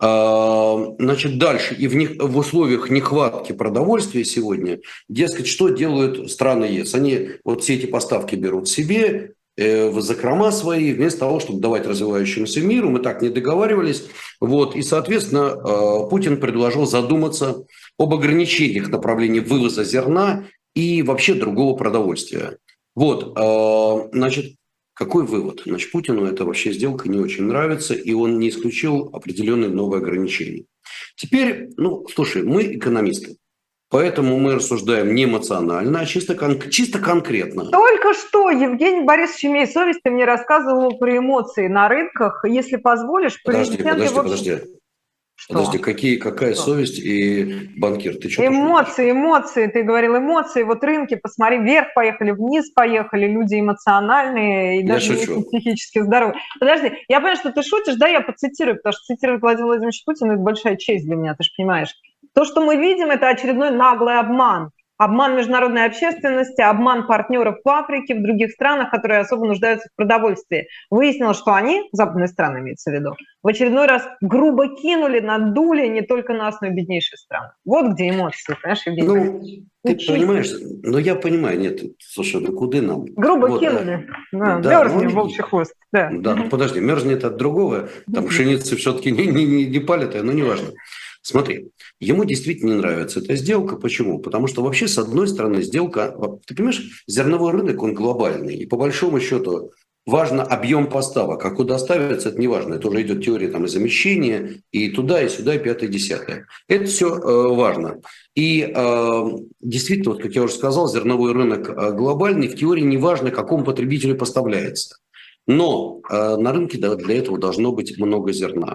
Значит, дальше. И в условиях нехватки продовольствия сегодня, дескать, что делают страны ЕС? Они вот все эти поставки берут себе в закрома свои, вместо того, чтобы давать развивающемуся миру. Мы так не договаривались. Вот. И, соответственно, Путин предложил задуматься об ограничениях направления вывоза зерна и вообще другого продовольствия. Вот. Значит, какой вывод? Значит, Путину эта вообще сделка не очень нравится, и он не исключил определенные новые ограничения. Теперь, ну, слушай, мы экономисты, поэтому мы рассуждаем не эмоционально, а чисто конкретно. Только что Евгений Борисович, имея совесть, ты мне рассказывал про эмоции на рынках. Если позволишь, Подожди. Что? Подожди, какая совесть и банкир? Ты что? Эмоции, ты говорил эмоции, вот рынки, посмотри, вверх поехали, вниз поехали, люди эмоциональные и даже не психически здоровые. Подожди, я понимаю, что ты шутишь, да, я поцитирую, потому что цитировать Владимира Владимировича Путина – это большая честь для меня, ты же понимаешь. То, что мы видим, это очередной наглый обман. Обман международной общественности, обман партнеров в Африке, в других странах, которые особо нуждаются в продовольствии. Выяснилось, что они, западные страны имеется в виду, в очередной раз грубо кинули, надули не только нас, но и беднейшие страны. Вот где эмоции, понимаешь, Евгений? Ну, ты понимаешь, но я понимаю, нет, слушай, ну куда нам? Грубо вот, кинули, мерзнем, волчий хвост. Да, подожди, мерзнет от другого, там пшеница все-таки не палитая, но неважно. Смотри, ему действительно не нравится эта сделка. Почему? Потому что вообще, с одной стороны, сделка... Ты понимаешь, зерновой рынок, он глобальный. И по большому счету важно объем поставок. А куда ставится, это не важно. Это уже идет теория там, и замещения, и туда, и сюда, и пятое, и десятое. Это все важно. И действительно, вот, как я уже сказал, зерновой рынок глобальный. В теории не важно, какому потребителю поставляется. Но на рынке для этого должно быть много зерна.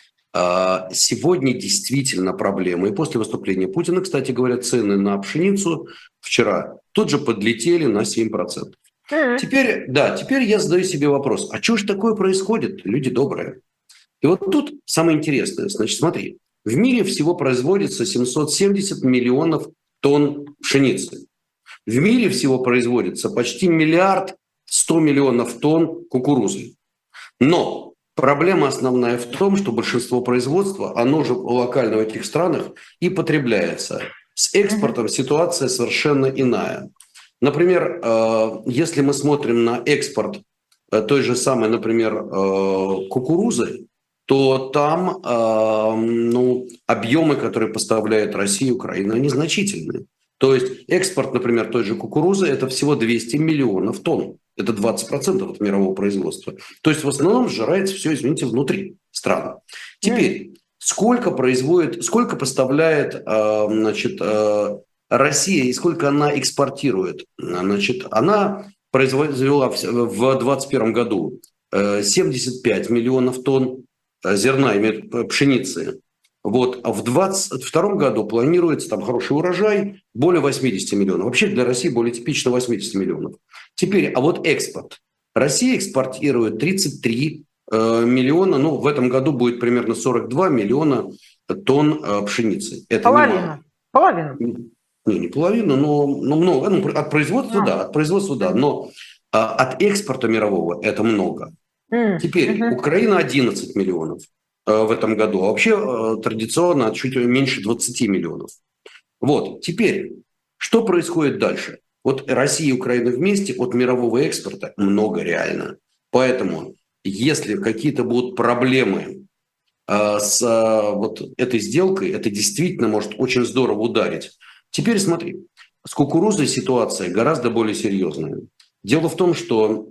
Сегодня действительно проблема. И после выступления Путина, кстати говоря, цены на пшеницу вчера тут же подлетели на 7%. Теперь я задаю себе вопрос, а что же такое происходит, люди добрые? И вот тут самое интересное. Значит, смотри, в мире всего производится 770 миллионов тонн пшеницы. В мире всего производится почти 1 100 миллионов тонн кукурузы. Но проблема основная в том, что большинство производства, оно же локально в этих странах и потребляется. С экспортом ситуация совершенно иная. Например, если мы смотрим на экспорт той же самой, например, кукурузы, то там объемы, которые поставляет Россия и Украина, они значительные. То есть экспорт, например, той же кукурузы – это всего 200 миллионов тонн. Это 20% от мирового производства. То есть в основном сжирается все, извините, внутри страны. Теперь, сколько поставляет Россия и сколько она экспортирует? Значит, она произвела в 2021 году 75 миллионов тонн зерна, пшеницы. Вот. А в 2022 году планируется там хороший урожай, более 80 миллионов. Вообще для России более типично 80 миллионов. Теперь, а вот экспорт. Россия экспортирует 33 миллиона, ну, в этом году будет примерно 42 миллиона тонн пшеницы. Это Половина. Половину. Не половину, но много. Ну, от производства, да, от производства, да. Но от экспорта мирового это много. Теперь Украина 11 миллионов в этом году, а вообще традиционно чуть меньше 20 миллионов. Вот, теперь, что происходит дальше? Вот Россия и Украина вместе от мирового экспорта много реально. Поэтому, если какие-то будут проблемы с вот этой сделкой, это действительно может очень здорово ударить. Теперь смотри, с кукурузой ситуация гораздо более серьезная. Дело в том, что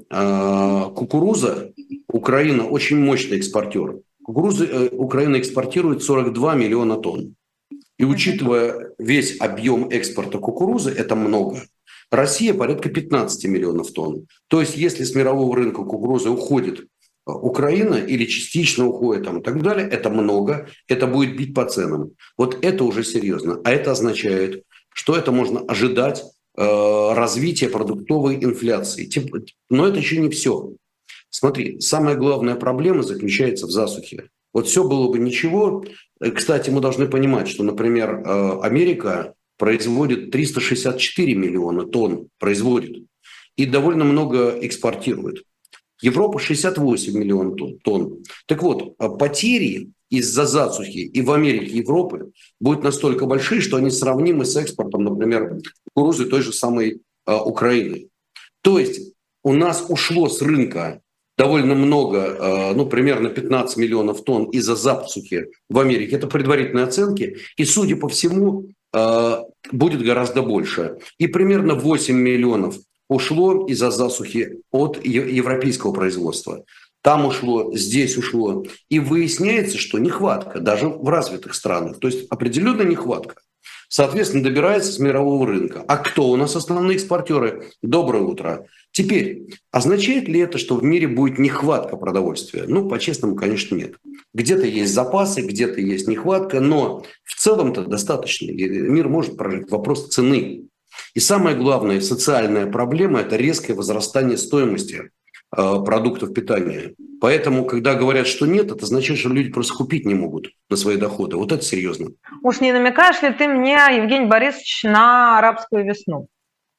кукуруза, Украина очень мощный экспортер. Кукуруза Украина экспортирует 42 миллиона тонн. И учитывая весь объем экспорта кукурузы, это много. Россия порядка 15 миллионов тонн. То есть если с мирового рынка кукурузы уходит Украина или частично уходит там, и так далее, это много, это будет бить по ценам. Вот это уже серьезно. А это означает, что это можно ожидать развития продуктовой инфляции. Но это еще не все. Смотри, самая главная проблема заключается в засухе. Вот все было бы ничего. Кстати, мы должны понимать, что, например, Америка производит 364 миллиона тонн, производит, и довольно много экспортирует. Европа 68 миллионов тонн. Так вот, потери из-за засухи и в Америке, и Европы будут настолько большие, что они сравнимы с экспортом, например, кукурузы той же самой Украины. То есть у нас ушло с рынка довольно много, ну, примерно 15 миллионов тонн из-за засухи в Америке. Это предварительные оценки. И, судя по всему, будет гораздо больше. И примерно 8 миллионов ушло из-за засухи от европейского производства. Там ушло, здесь ушло. И выясняется, что нехватка даже в развитых странах. То есть определенная нехватка. Соответственно, добирается с мирового рынка. А кто у нас основные экспортеры? Доброе утро. Теперь, означает ли это, что в мире будет нехватка продовольствия? Ну, по-честному, конечно, нет. Где-то есть запасы, где-то есть нехватка, но в целом-то достаточно. Мир может прожить. Вопрос цены. И самая главная социальная проблема – это резкое возрастание стоимости продуктов питания. Поэтому, когда говорят, что нет, это означает, что люди просто купить не могут на свои доходы. Вот это серьезно. Уж не намекаешь ли ты мне, Евгений Борисович, на арабскую весну?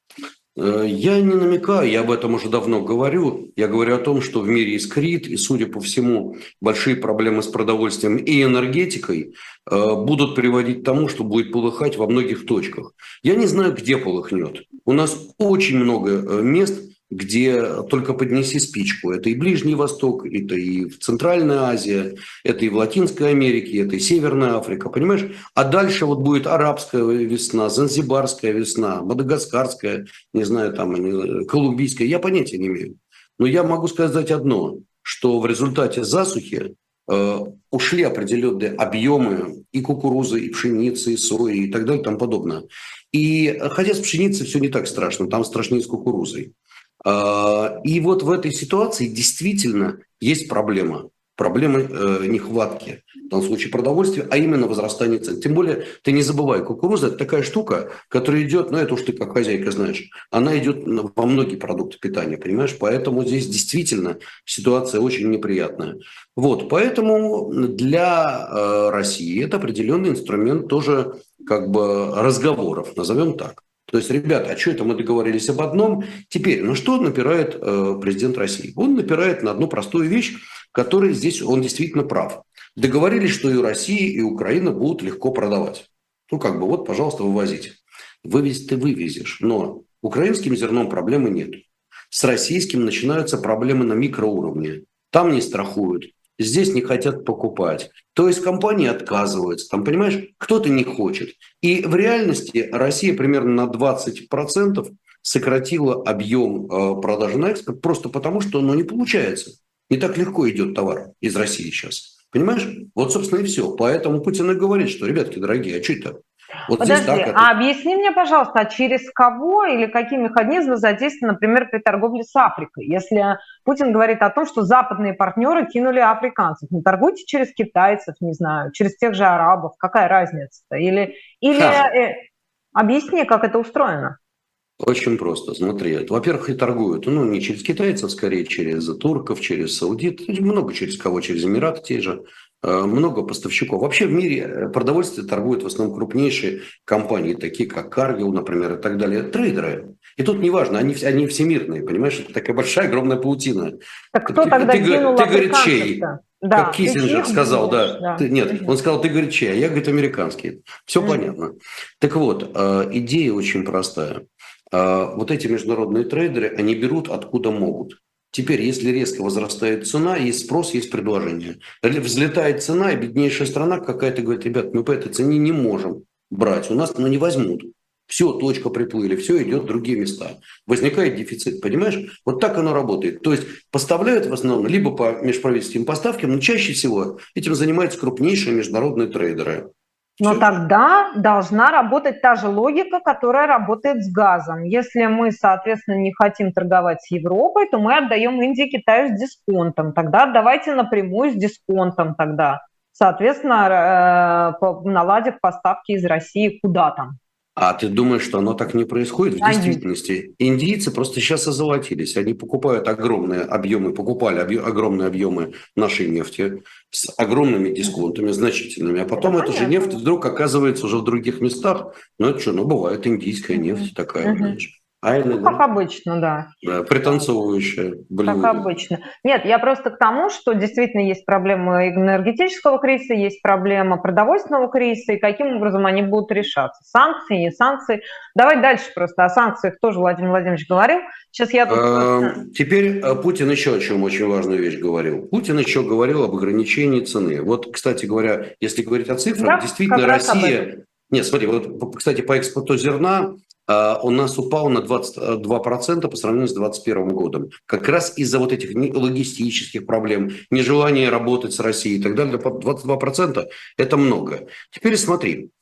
Я не намекаю, я об этом уже давно говорю. Я говорю о том, что в мире искрит, и, судя по всему, большие проблемы с продовольствием и энергетикой будут приводить к тому, что будет полыхать во многих точках. Я не знаю, где полыхнет. У нас очень много мест, где только поднеси спичку. Это и Ближний Восток, это и в Центральной Азии, это и в Латинской Америке, это и Северная Африка, понимаешь? А дальше вот будет арабская весна, занзибарская весна, мадагаскарская, не знаю, там, колумбийская, я понятия не имею. Но я могу сказать одно, что в результате засухи ушли определенные объемы и кукурузы, и пшеницы, и сои, и так далее, и тому подобное. И хотя с пшеницей все не так страшно, там страшнее с кукурузой. И вот в этой ситуации действительно есть проблема. Проблема нехватки, в том случае продовольствия, а именно возрастание цен. Тем более, ты не забывай, кукуруза – это такая штука, которая идет, ну это уж ты как хозяйка знаешь, она идет во многие продукты питания, понимаешь? Поэтому здесь действительно ситуация очень неприятная. Вот, поэтому для России это определенный инструмент тоже как бы разговоров, назовем так. То есть, ребята, а что это мы договорились об одном? Теперь, на что напирает президент России? Он напирает на одну простую вещь, которой здесь он действительно прав. Договорились, что и Россия, и Украина будут легко продавать. Ну, как бы, вот, пожалуйста, вывозите. Вывезти ты вывезешь, но украинским зерном проблемы нет. С российским начинаются проблемы на микроуровне. Там не страхуют, здесь не хотят покупать. То есть компании отказываются, там, понимаешь, кто-то не хочет. И в реальности Россия примерно на 20% сократила объем продажи на экспорт просто потому, что не получается. Не так легко идет товар из России сейчас. Понимаешь? Вот, собственно, и все. Поэтому Путин и говорит, что, ребятки дорогие, а что это? Вот здесь Подожди, так это... а объясни мне, пожалуйста, а через кого или какие механизмы задействованы, например, при торговле с Африкой? Если Путин говорит о том, что западные партнеры кинули африканцев, не торгуйте через китайцев, не знаю, через тех же арабов, какая разница-то? Объясни, как это устроено. Очень просто. Смотри, во-первых, и торгуют, ну, не через китайцев, скорее через турков, через саудит, много через кого, через Эмираты те же, много поставщиков. Вообще в мире продовольствие торгуют в основном крупнейшие компании, такие как Cargill, например, и так далее, трейдеры. И тут неважно, они всемирные, понимаешь, это такая большая, огромная паутина. Так кто тогда кинул ты говорит, чей? африканцев-то? Как Да, ты Киссинджер чьих сказал, будешь? да. Нет, он сказал, ты, говорит, чей? А я, говорит, американский. Все понятно. Так вот, идея очень простая. Вот эти международные трейдеры, они берут откуда могут. Теперь, если резко возрастает цена, есть спрос, есть предложение. Взлетает цена, и беднейшая страна какая-то говорит, ребят, мы по этой цене не можем брать, у нас не возьмут. Все, точка приплыли, все идет в другие места. Возникает дефицит, понимаешь? Вот так оно работает. То есть поставляют в основном либо по межправительственным поставкам, но чаще всего этим занимаются крупнейшие международные трейдеры. Но тогда должна работать та же логика, которая работает с газом. Если мы, соответственно, не хотим торговать с Европой, то мы отдаем Индии и Китаю с дисконтом. Тогда отдавайте напрямую с дисконтом тогда. Соответственно, наладив поставки из России куда там. А ты думаешь, что оно так не происходит? В действительности индийцы просто сейчас озолотились. Они покупают огромные объемы, огромные объемы нашей нефти с огромными дисконтами, значительными. А потом эта же нефть вдруг оказывается уже в других местах. Ну, это что, бывает индийская нефть такая, знаешь. Как обычно, да. Да, пританцовывающая. Как обычно. Нет, я просто к тому, что действительно есть проблема энергетического кризиса, есть проблема продовольственного кризиса, и каким образом они будут решаться. Санкции, не санкции. Давай дальше просто. О санкциях тоже Владимир Владимирович говорил. Сейчас я тут... Теперь Путин еще о чем очень важную вещь говорил. Путин еще говорил об ограничении цены. Вот, кстати говоря, если говорить о цифрах, да, действительно Россия... Нет, смотри, вот, кстати, по экспорту зерна у нас упал на 22% по сравнению с 2021 годом. Как раз из-за вот этих логистических проблем, нежелания работать с Россией и так далее. 22% – это много. Теперь смотри.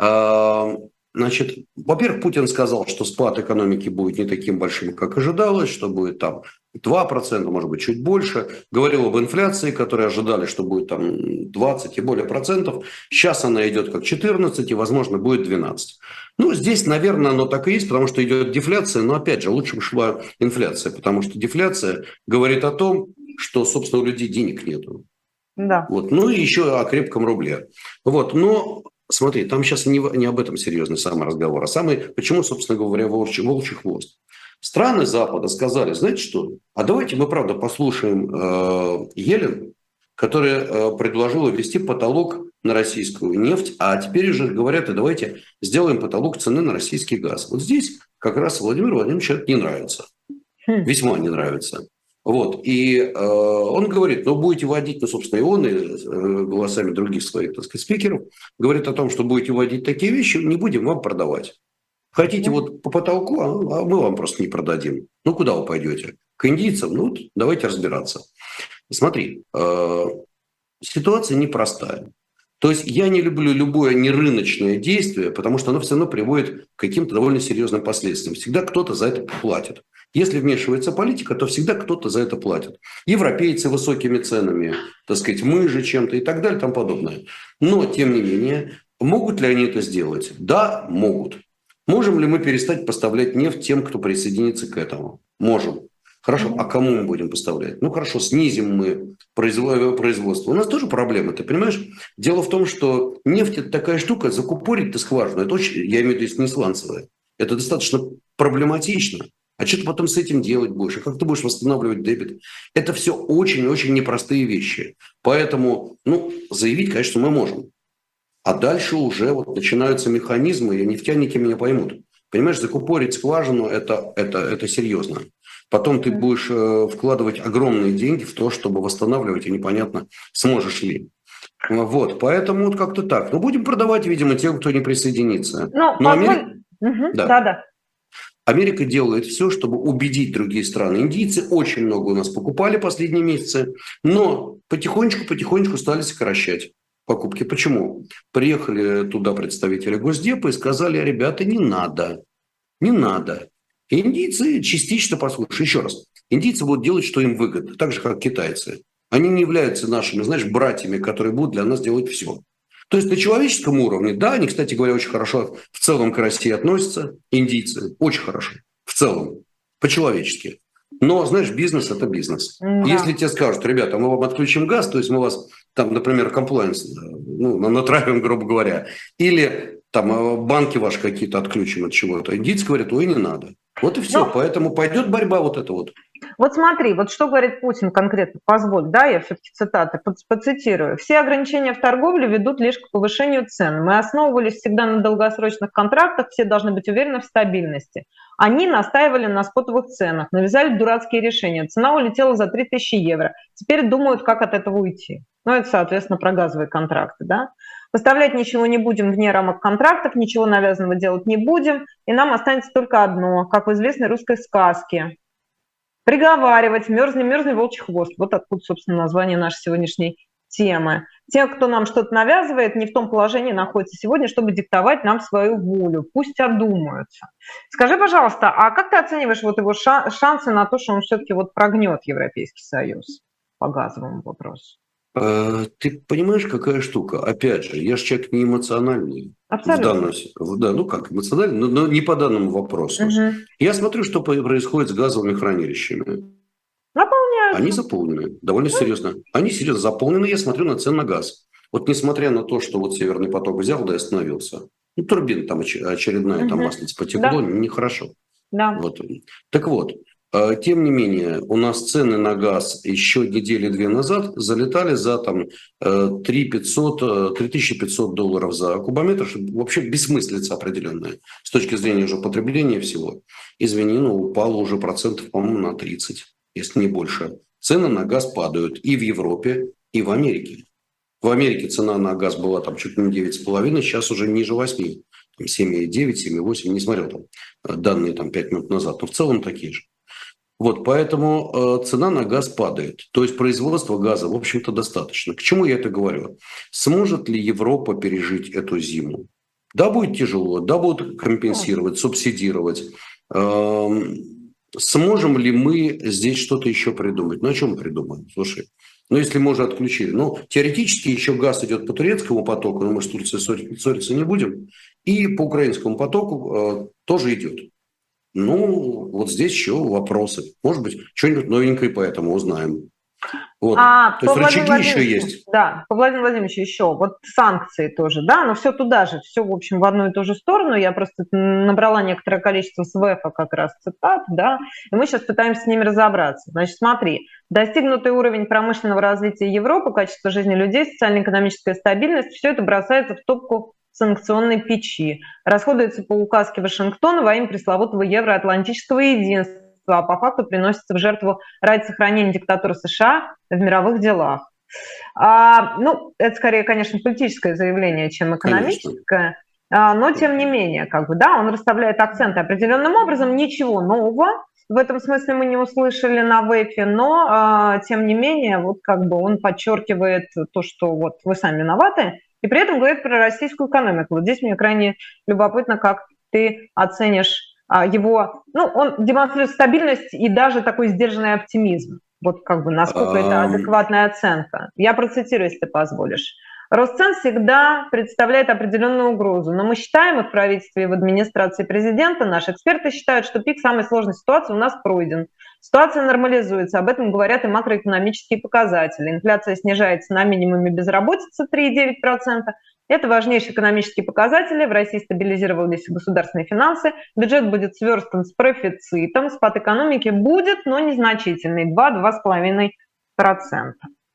Значит, во-первых, Путин сказал, что спад экономики будет не таким большим, как ожидалось, что будет там 2%, может быть, чуть больше. Говорил об инфляции, которую ожидали, что будет там 20 и более процентов. Сейчас она идет как 14 и, возможно, будет 12. Ну, здесь, наверное, оно так и есть, потому что идет дефляция, но, опять же, лучше бы шла инфляция, потому что дефляция говорит о том, что, собственно, у людей денег нету. Да. Вот. Ну, и еще о крепком рубле. Вот. Но, смотри, там сейчас не об этом серьезный самый разговор, а почему, собственно говоря, волчий хвост. Страны Запада сказали, знаете что, а давайте мы, правда, послушаем Елен, которая предложила ввести потолок на российскую нефть, а теперь уже говорят, давайте сделаем потолок цены на российский газ. Вот здесь как раз Владимиру Владимировичу это не нравится. Весьма не нравится. Вот. И он говорит, будете вводить, собственно, и он, и голосами других своих, так сказать, спикеров, говорит о том, что будете вводить такие вещи, не будем вам продавать. Хотите вот по потолку, а мы вам просто не продадим. Ну, куда вы пойдете? К индийцам? Ну, давайте разбираться. Смотри, ситуация непростая. То есть я не люблю любое нерыночное действие, потому что оно все равно приводит к каким-то довольно серьезным последствиям. Всегда кто-то за это платит. Если вмешивается политика, то всегда кто-то за это платит. Европейцы высокими ценами, так сказать, мы же чем-то и так далее и тому подобное. Но, тем не менее, могут ли они это сделать? Да, могут. Можем ли мы перестать поставлять нефть тем, кто присоединится к этому? Можем. Хорошо, а кому мы будем поставлять? Ну хорошо, снизим мы производство. У нас тоже проблема, ты понимаешь? Дело в том, что нефть – это такая штука, закупорить-то скважину, это очень, я имею в виду, не сланцевая. Это достаточно проблематично. А что ты потом с этим делать будешь? А как ты будешь восстанавливать дебет? Это все очень-очень непростые вещи. Поэтому, заявить, конечно, мы можем. А дальше уже вот начинаются механизмы, и нефтяники меня поймут. Понимаешь, закупорить скважину – это серьезно. Потом ты будешь вкладывать огромные деньги в то, чтобы восстанавливать, и непонятно, сможешь ли. Вот, поэтому вот как-то так. Но будем продавать, видимо, тем, кто не присоединится. Но Да. Америка делает все, чтобы убедить другие страны. Индийцы очень много у нас покупали последние месяцы, но потихонечку стали сокращать. покупки. Почему? Приехали туда представители Госдепа и сказали: ребята, не надо, не надо. И индийцы частично послушали. Еще раз, индийцы будут делать, что им выгодно, так же, как китайцы. Они не являются нашими, знаешь, братьями, которые будут для нас делать все. То есть на человеческом уровне, да, они, кстати говоря, очень хорошо в целом к России относятся, индийцы, очень хорошо, в целом, по-человечески. Но, знаешь, бизнес – это бизнес. Да. Если тебе скажут: ребята, мы вам отключим газ, то есть мы вас, там, например, комплайнс, натравим, грубо говоря, или там банки ваши какие-то отключим от чего-то, индийцы говорят: ой, не надо. Вот и все. Но поэтому пойдет борьба вот эта вот. Вот смотри, вот что говорит Путин конкретно, позволь, да, я все-таки цитаты поцитирую. «Все ограничения в торговле ведут лишь к повышению цен. Мы основывались всегда на долгосрочных контрактах, все должны быть уверены в стабильности. Они настаивали на спотовых ценах, навязали дурацкие решения. Цена улетела за 3000 евро. Теперь думают, как от этого уйти». Ну, это, соответственно, про газовые контракты, да. «Поставлять ничего не будем вне рамок контрактов, ничего навязанного делать не будем, и нам останется только одно, как в известной русской сказке. Приговаривать, мерзни, мерзни, волчий хвост». Вот откуда, собственно, название нашей сегодняшней темы. Те, кто нам что-то навязывает, не в том положении находится сегодня, чтобы диктовать нам свою волю. Пусть одумаются. Скажи, пожалуйста, а как ты оцениваешь вот его шансы на то, что он все-таки вот прогнет Европейский Союз по газовому вопросу? Ты понимаешь, какая штука? Опять же, я же человек не эмоциональный. Абсолютно. Ну как эмоциональный, но не по данному вопросу. Угу. Я смотрю, что происходит с газовыми хранилищами. Наполняются. Они заполнены, довольно серьезно. Они серьезно заполнены, я смотрю на цены на газ. Вот несмотря на то, что вот Северный поток взял, да и остановился. Ну, турбина там очередная, там маслица потекло, нехорошо. Да. Вот. Так вот, тем не менее, у нас цены на газ еще недели-две назад залетали за там 3500 долларов за кубометр, что вообще бессмыслица определенная с точки зрения уже потребления всего. Извини, но упало уже процентов, по-моему, на 30, если не больше. Цены на газ падают и в Европе, и в Америке. В Америке цена на газ была там чуть ли не 9,5, сейчас уже ниже 8, 7,9, 7,8, не смотрел там данные там 5 минут назад, но в целом такие же. Вот, поэтому цена на газ падает. То есть производства газа, в общем-то, достаточно. К чему я это говорю? Сможет ли Европа пережить эту зиму? Да, будет тяжело, да, будут компенсировать, субсидировать. Сможем ли мы здесь что-то еще придумать? Ну, о чем мы придумаем? Слушай, ну, если мы уже отключили. Ну, теоретически еще газ идет по турецкому потоку, но мы с Турцией ссориться не будем. И по украинскому потоку тоже идет. Ну, вот здесь еще вопросы. Может быть, что-нибудь новенькое поэтому узнаем. Вот. То есть рычаги еще есть. Да, по Владимиру Владимировичу еще. Вот санкции тоже, да, но все туда же, все, в общем, в одну и ту же сторону. Я просто набрала некоторое количество с ВЭФа как раз цитат, да, и мы сейчас пытаемся с ними разобраться. Значит, смотри, достигнутый уровень промышленного развития Европы, качество жизни людей, социально-экономическая стабильность, все это бросается в топку санкционной печи. Расходуется по указке Вашингтона во имя пресловутого евроатлантического единства, а по факту приносится в жертву ради сохранения диктатуры США в мировых делах. Ну, это скорее, конечно, политическое заявление, чем экономическое, но тем не менее, как бы, да, он расставляет акценты определенным образом, ничего нового в этом смысле мы не услышали на ВЭФе, но, тем не менее, вот как бы он подчеркивает то, что вот вы сами виноваты, и при этом говорит про российскую экономику. Вот здесь мне крайне любопытно, как ты оценишь его... Ну, он демонстрирует стабильность и даже такой сдержанный оптимизм. Вот как бы насколько это адекватная оценка. Я процитирую, если ты позволишь. «Рост цен всегда представляет определенную угрозу, но мы считаем, и в правительстве, и в администрации президента, наши эксперты считают, что пик самой сложной ситуации у нас пройден. Ситуация нормализуется, об этом говорят и макроэкономические показатели. Инфляция снижается на минимуме, безработица 3,9%. Это важнейшие экономические показатели. В России стабилизировались государственные финансы. Бюджет будет сверстан с профицитом. Спад экономики будет, но незначительный – 2-2,5%.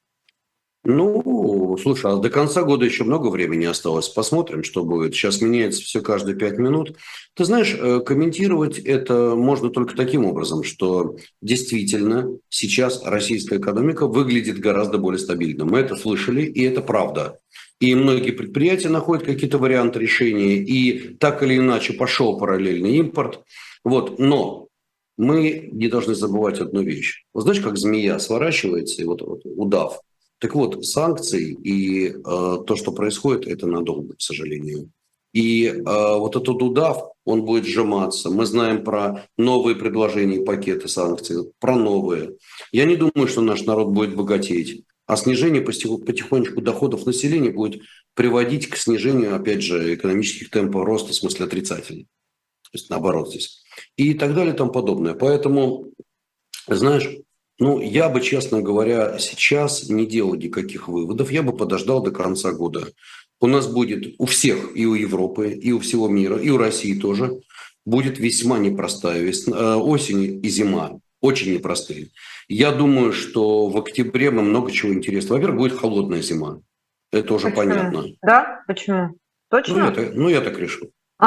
Ну, слушай, а до конца года еще много времени осталось. Посмотрим, что будет. Сейчас меняется все каждые 5 минут. Ты знаешь, комментировать это можно только таким образом, что действительно сейчас российская экономика выглядит гораздо более стабильно. Мы это слышали, и это правда. И многие предприятия находят какие-то варианты решения, и так или иначе пошел параллельный импорт. Вот. Но мы не должны забывать одну вещь. Вот знаешь, как змея сворачивается, и вот удав, Так вот, санкции и то, что происходит, это надолго, к сожалению. И вот этот удав, он будет сжиматься. Мы знаем про новые предложения, пакеты санкций, про новые. Я не думаю, что наш народ будет богатеть. А снижение потихонечку доходов населения будет приводить к снижению, опять же, экономических темпов роста, в смысле отрицательных. То есть наоборот здесь. И так далее и тому подобное. Поэтому, знаешь, ну, я бы, честно говоря, сейчас не делал никаких выводов. Я бы подождал до конца года. У нас будет у всех, и у Европы, и у всего мира, и у России тоже, будет весьма непростая осень и зима. Очень непростые. Я думаю, что в октябре мы много чего интересного. Во-первых, будет холодная зима. Это уже Почему? понятно. Да? Почему? Точно? Я так решил.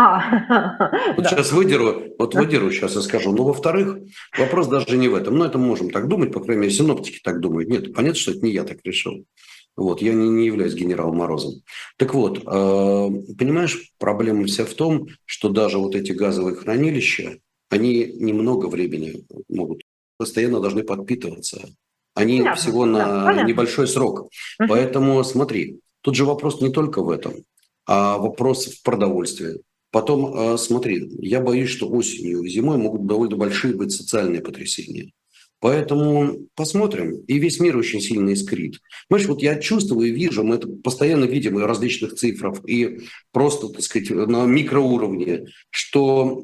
Вот Да. сейчас выдеру сейчас и скажу. Но, во-вторых, вопрос даже не в этом. Ну, это мы можем так думать, по крайней мере, синоптики так думают. Нет, понятно, что это не я так решил. Вот, я не являюсь генералом Морозом. Так вот, понимаешь, проблема вся в том, что даже вот эти газовые хранилища, они немного времени могут, постоянно должны подпитываться. Они Понятно, всего да, на понятно. небольшой срок. Мгм. Поэтому смотри, тут же вопрос не только в этом, а вопрос в продовольствии. Потом, смотри, я боюсь, что осенью и зимой могут довольно большие быть социальные потрясения. Поэтому посмотрим. И весь мир очень сильно искрит. Понимаешь, вот я чувствую и вижу, мы это постоянно видим и в различных цифрах, и просто, так сказать, на микроуровне, что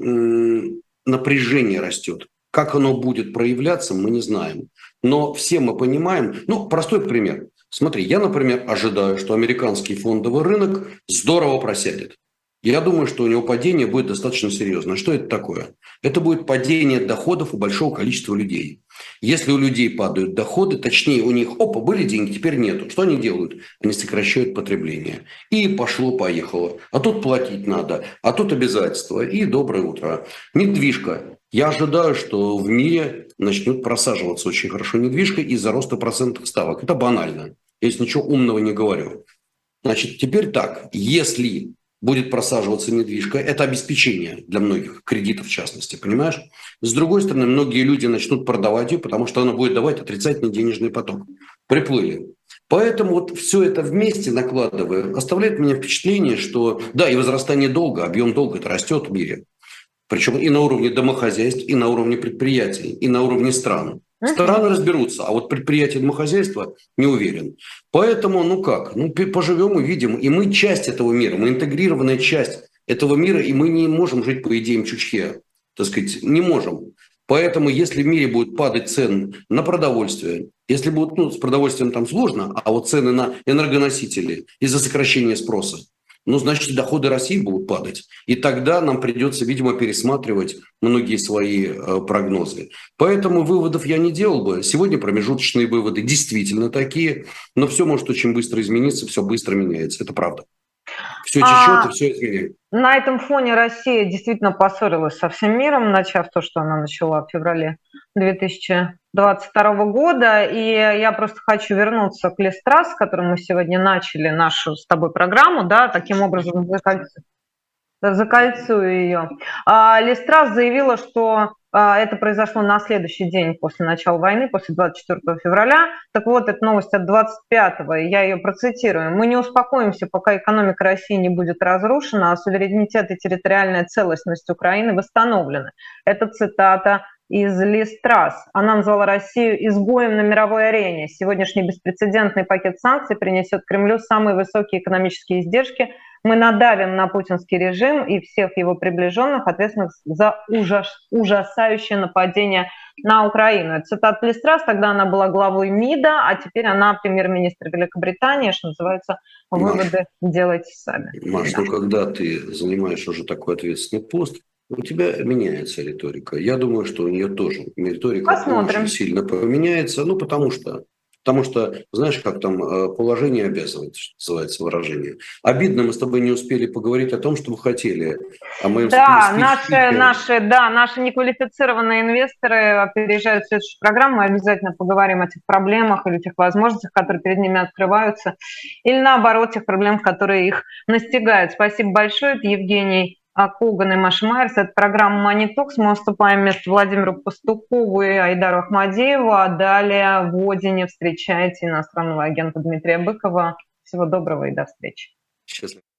напряжение растет. Как оно будет проявляться, мы не знаем. Но все мы понимаем, ну, простой пример. Смотри, я, например, ожидаю, что американский фондовый рынок здорово просядет. Я думаю, что у него падение будет достаточно серьезное. Что это такое? Это будет падение доходов у большого количества людей. Если у людей падают доходы, точнее у них, опа, были деньги, теперь нету. Что они делают? Они сокращают потребление. И пошло-поехало. А тут платить надо, а тут обязательства. И доброе утро. Недвижка. Я ожидаю, что в мире начнет просаживаться очень хорошо недвижка из-за роста процентных ставок. Это банально. Я здесь ничего умного не говорю. Значит, теперь так. Если будет просаживаться недвижка, это обеспечение для многих, кредитов в частности, понимаешь? С другой стороны, многие люди начнут продавать ее, потому что она будет давать отрицательный денежный поток. Приплыли. Поэтому вот все это вместе накладывая, оставляет меня впечатление, что да, и возрастание долга, объем долга это растет в мире. Причем и на уровне домохозяйств, и на уровне предприятий, и на уровне стран. Страны разберутся, а вот предприятия и домохозяйства не уверен. Поэтому, ну как, ну поживем и видим. И мы часть этого мира, мы интегрированная часть этого мира, и мы не можем жить по идеям Чучхе, так сказать, не можем. Поэтому, если в мире будут падать цены на продовольствие, если будут, ну, с продовольствием там сложно, а вот цены на энергоносители из-за сокращения спроса, ну, значит, доходы России будут падать. И тогда нам придется, видимо, пересматривать многие свои прогнозы. Поэтому выводов я не делал бы. Сегодня промежуточные выводы действительно такие, но все может очень быстро измениться, все быстро меняется. Это правда. Все течет и все изменяет. На этом фоне Россия действительно поссорилась со всем миром, начав то, что она начала в феврале 2022 года. И я просто хочу вернуться к Лиз Трасс, с которой мы сегодня начали нашу с тобой программу, да, таким образом закольцую ее. Лиз Трасс заявила, что это произошло на следующий день после начала войны, после 24 февраля. Так вот, это новость от 25-го, я ее процитирую. «Мы не успокоимся, пока экономика России не будет разрушена, а суверенитет и территориальная целостность Украины восстановлены». Это цитата из Лиз Трасс. Она назвала Россию изгоем на мировой арене. Сегодняшний беспрецедентный пакет санкций принесет Кремлю самые высокие экономические издержки. Мы надавим на путинский режим и всех его приближенных, ответственных за ужасающее нападение на Украину. Это цитата Лиз Трасс, тогда она была главой МИДа, а теперь она премьер-министр Великобритании, что называется, выводы делайте сами. Маш, ну когда ты занимаешь уже такой ответственный пост, у тебя меняется риторика. Я думаю, что у нее тоже риторика очень сильно поменяется. Ну, потому что, знаешь, как там положение обязывает, что называется выражение. Обидно, мы с тобой не успели поговорить о том, что мы хотели. Да, наши неквалифицированные инвесторы опережают следующую программу. Мы обязательно поговорим о тех проблемах или тех возможностях, которые перед ними открываются, или наоборот, тех проблем, которые их настигают. Спасибо большое. Это Евгений Коган и Маша Майерс. Это программа Money Talks. Мы уступаем место Владимиру Пастухову и Айдару Ахмадееву. А далее в Одине встречайте иностранного агента Дмитрия Быкова. Всего доброго и до встречи. Счастливо.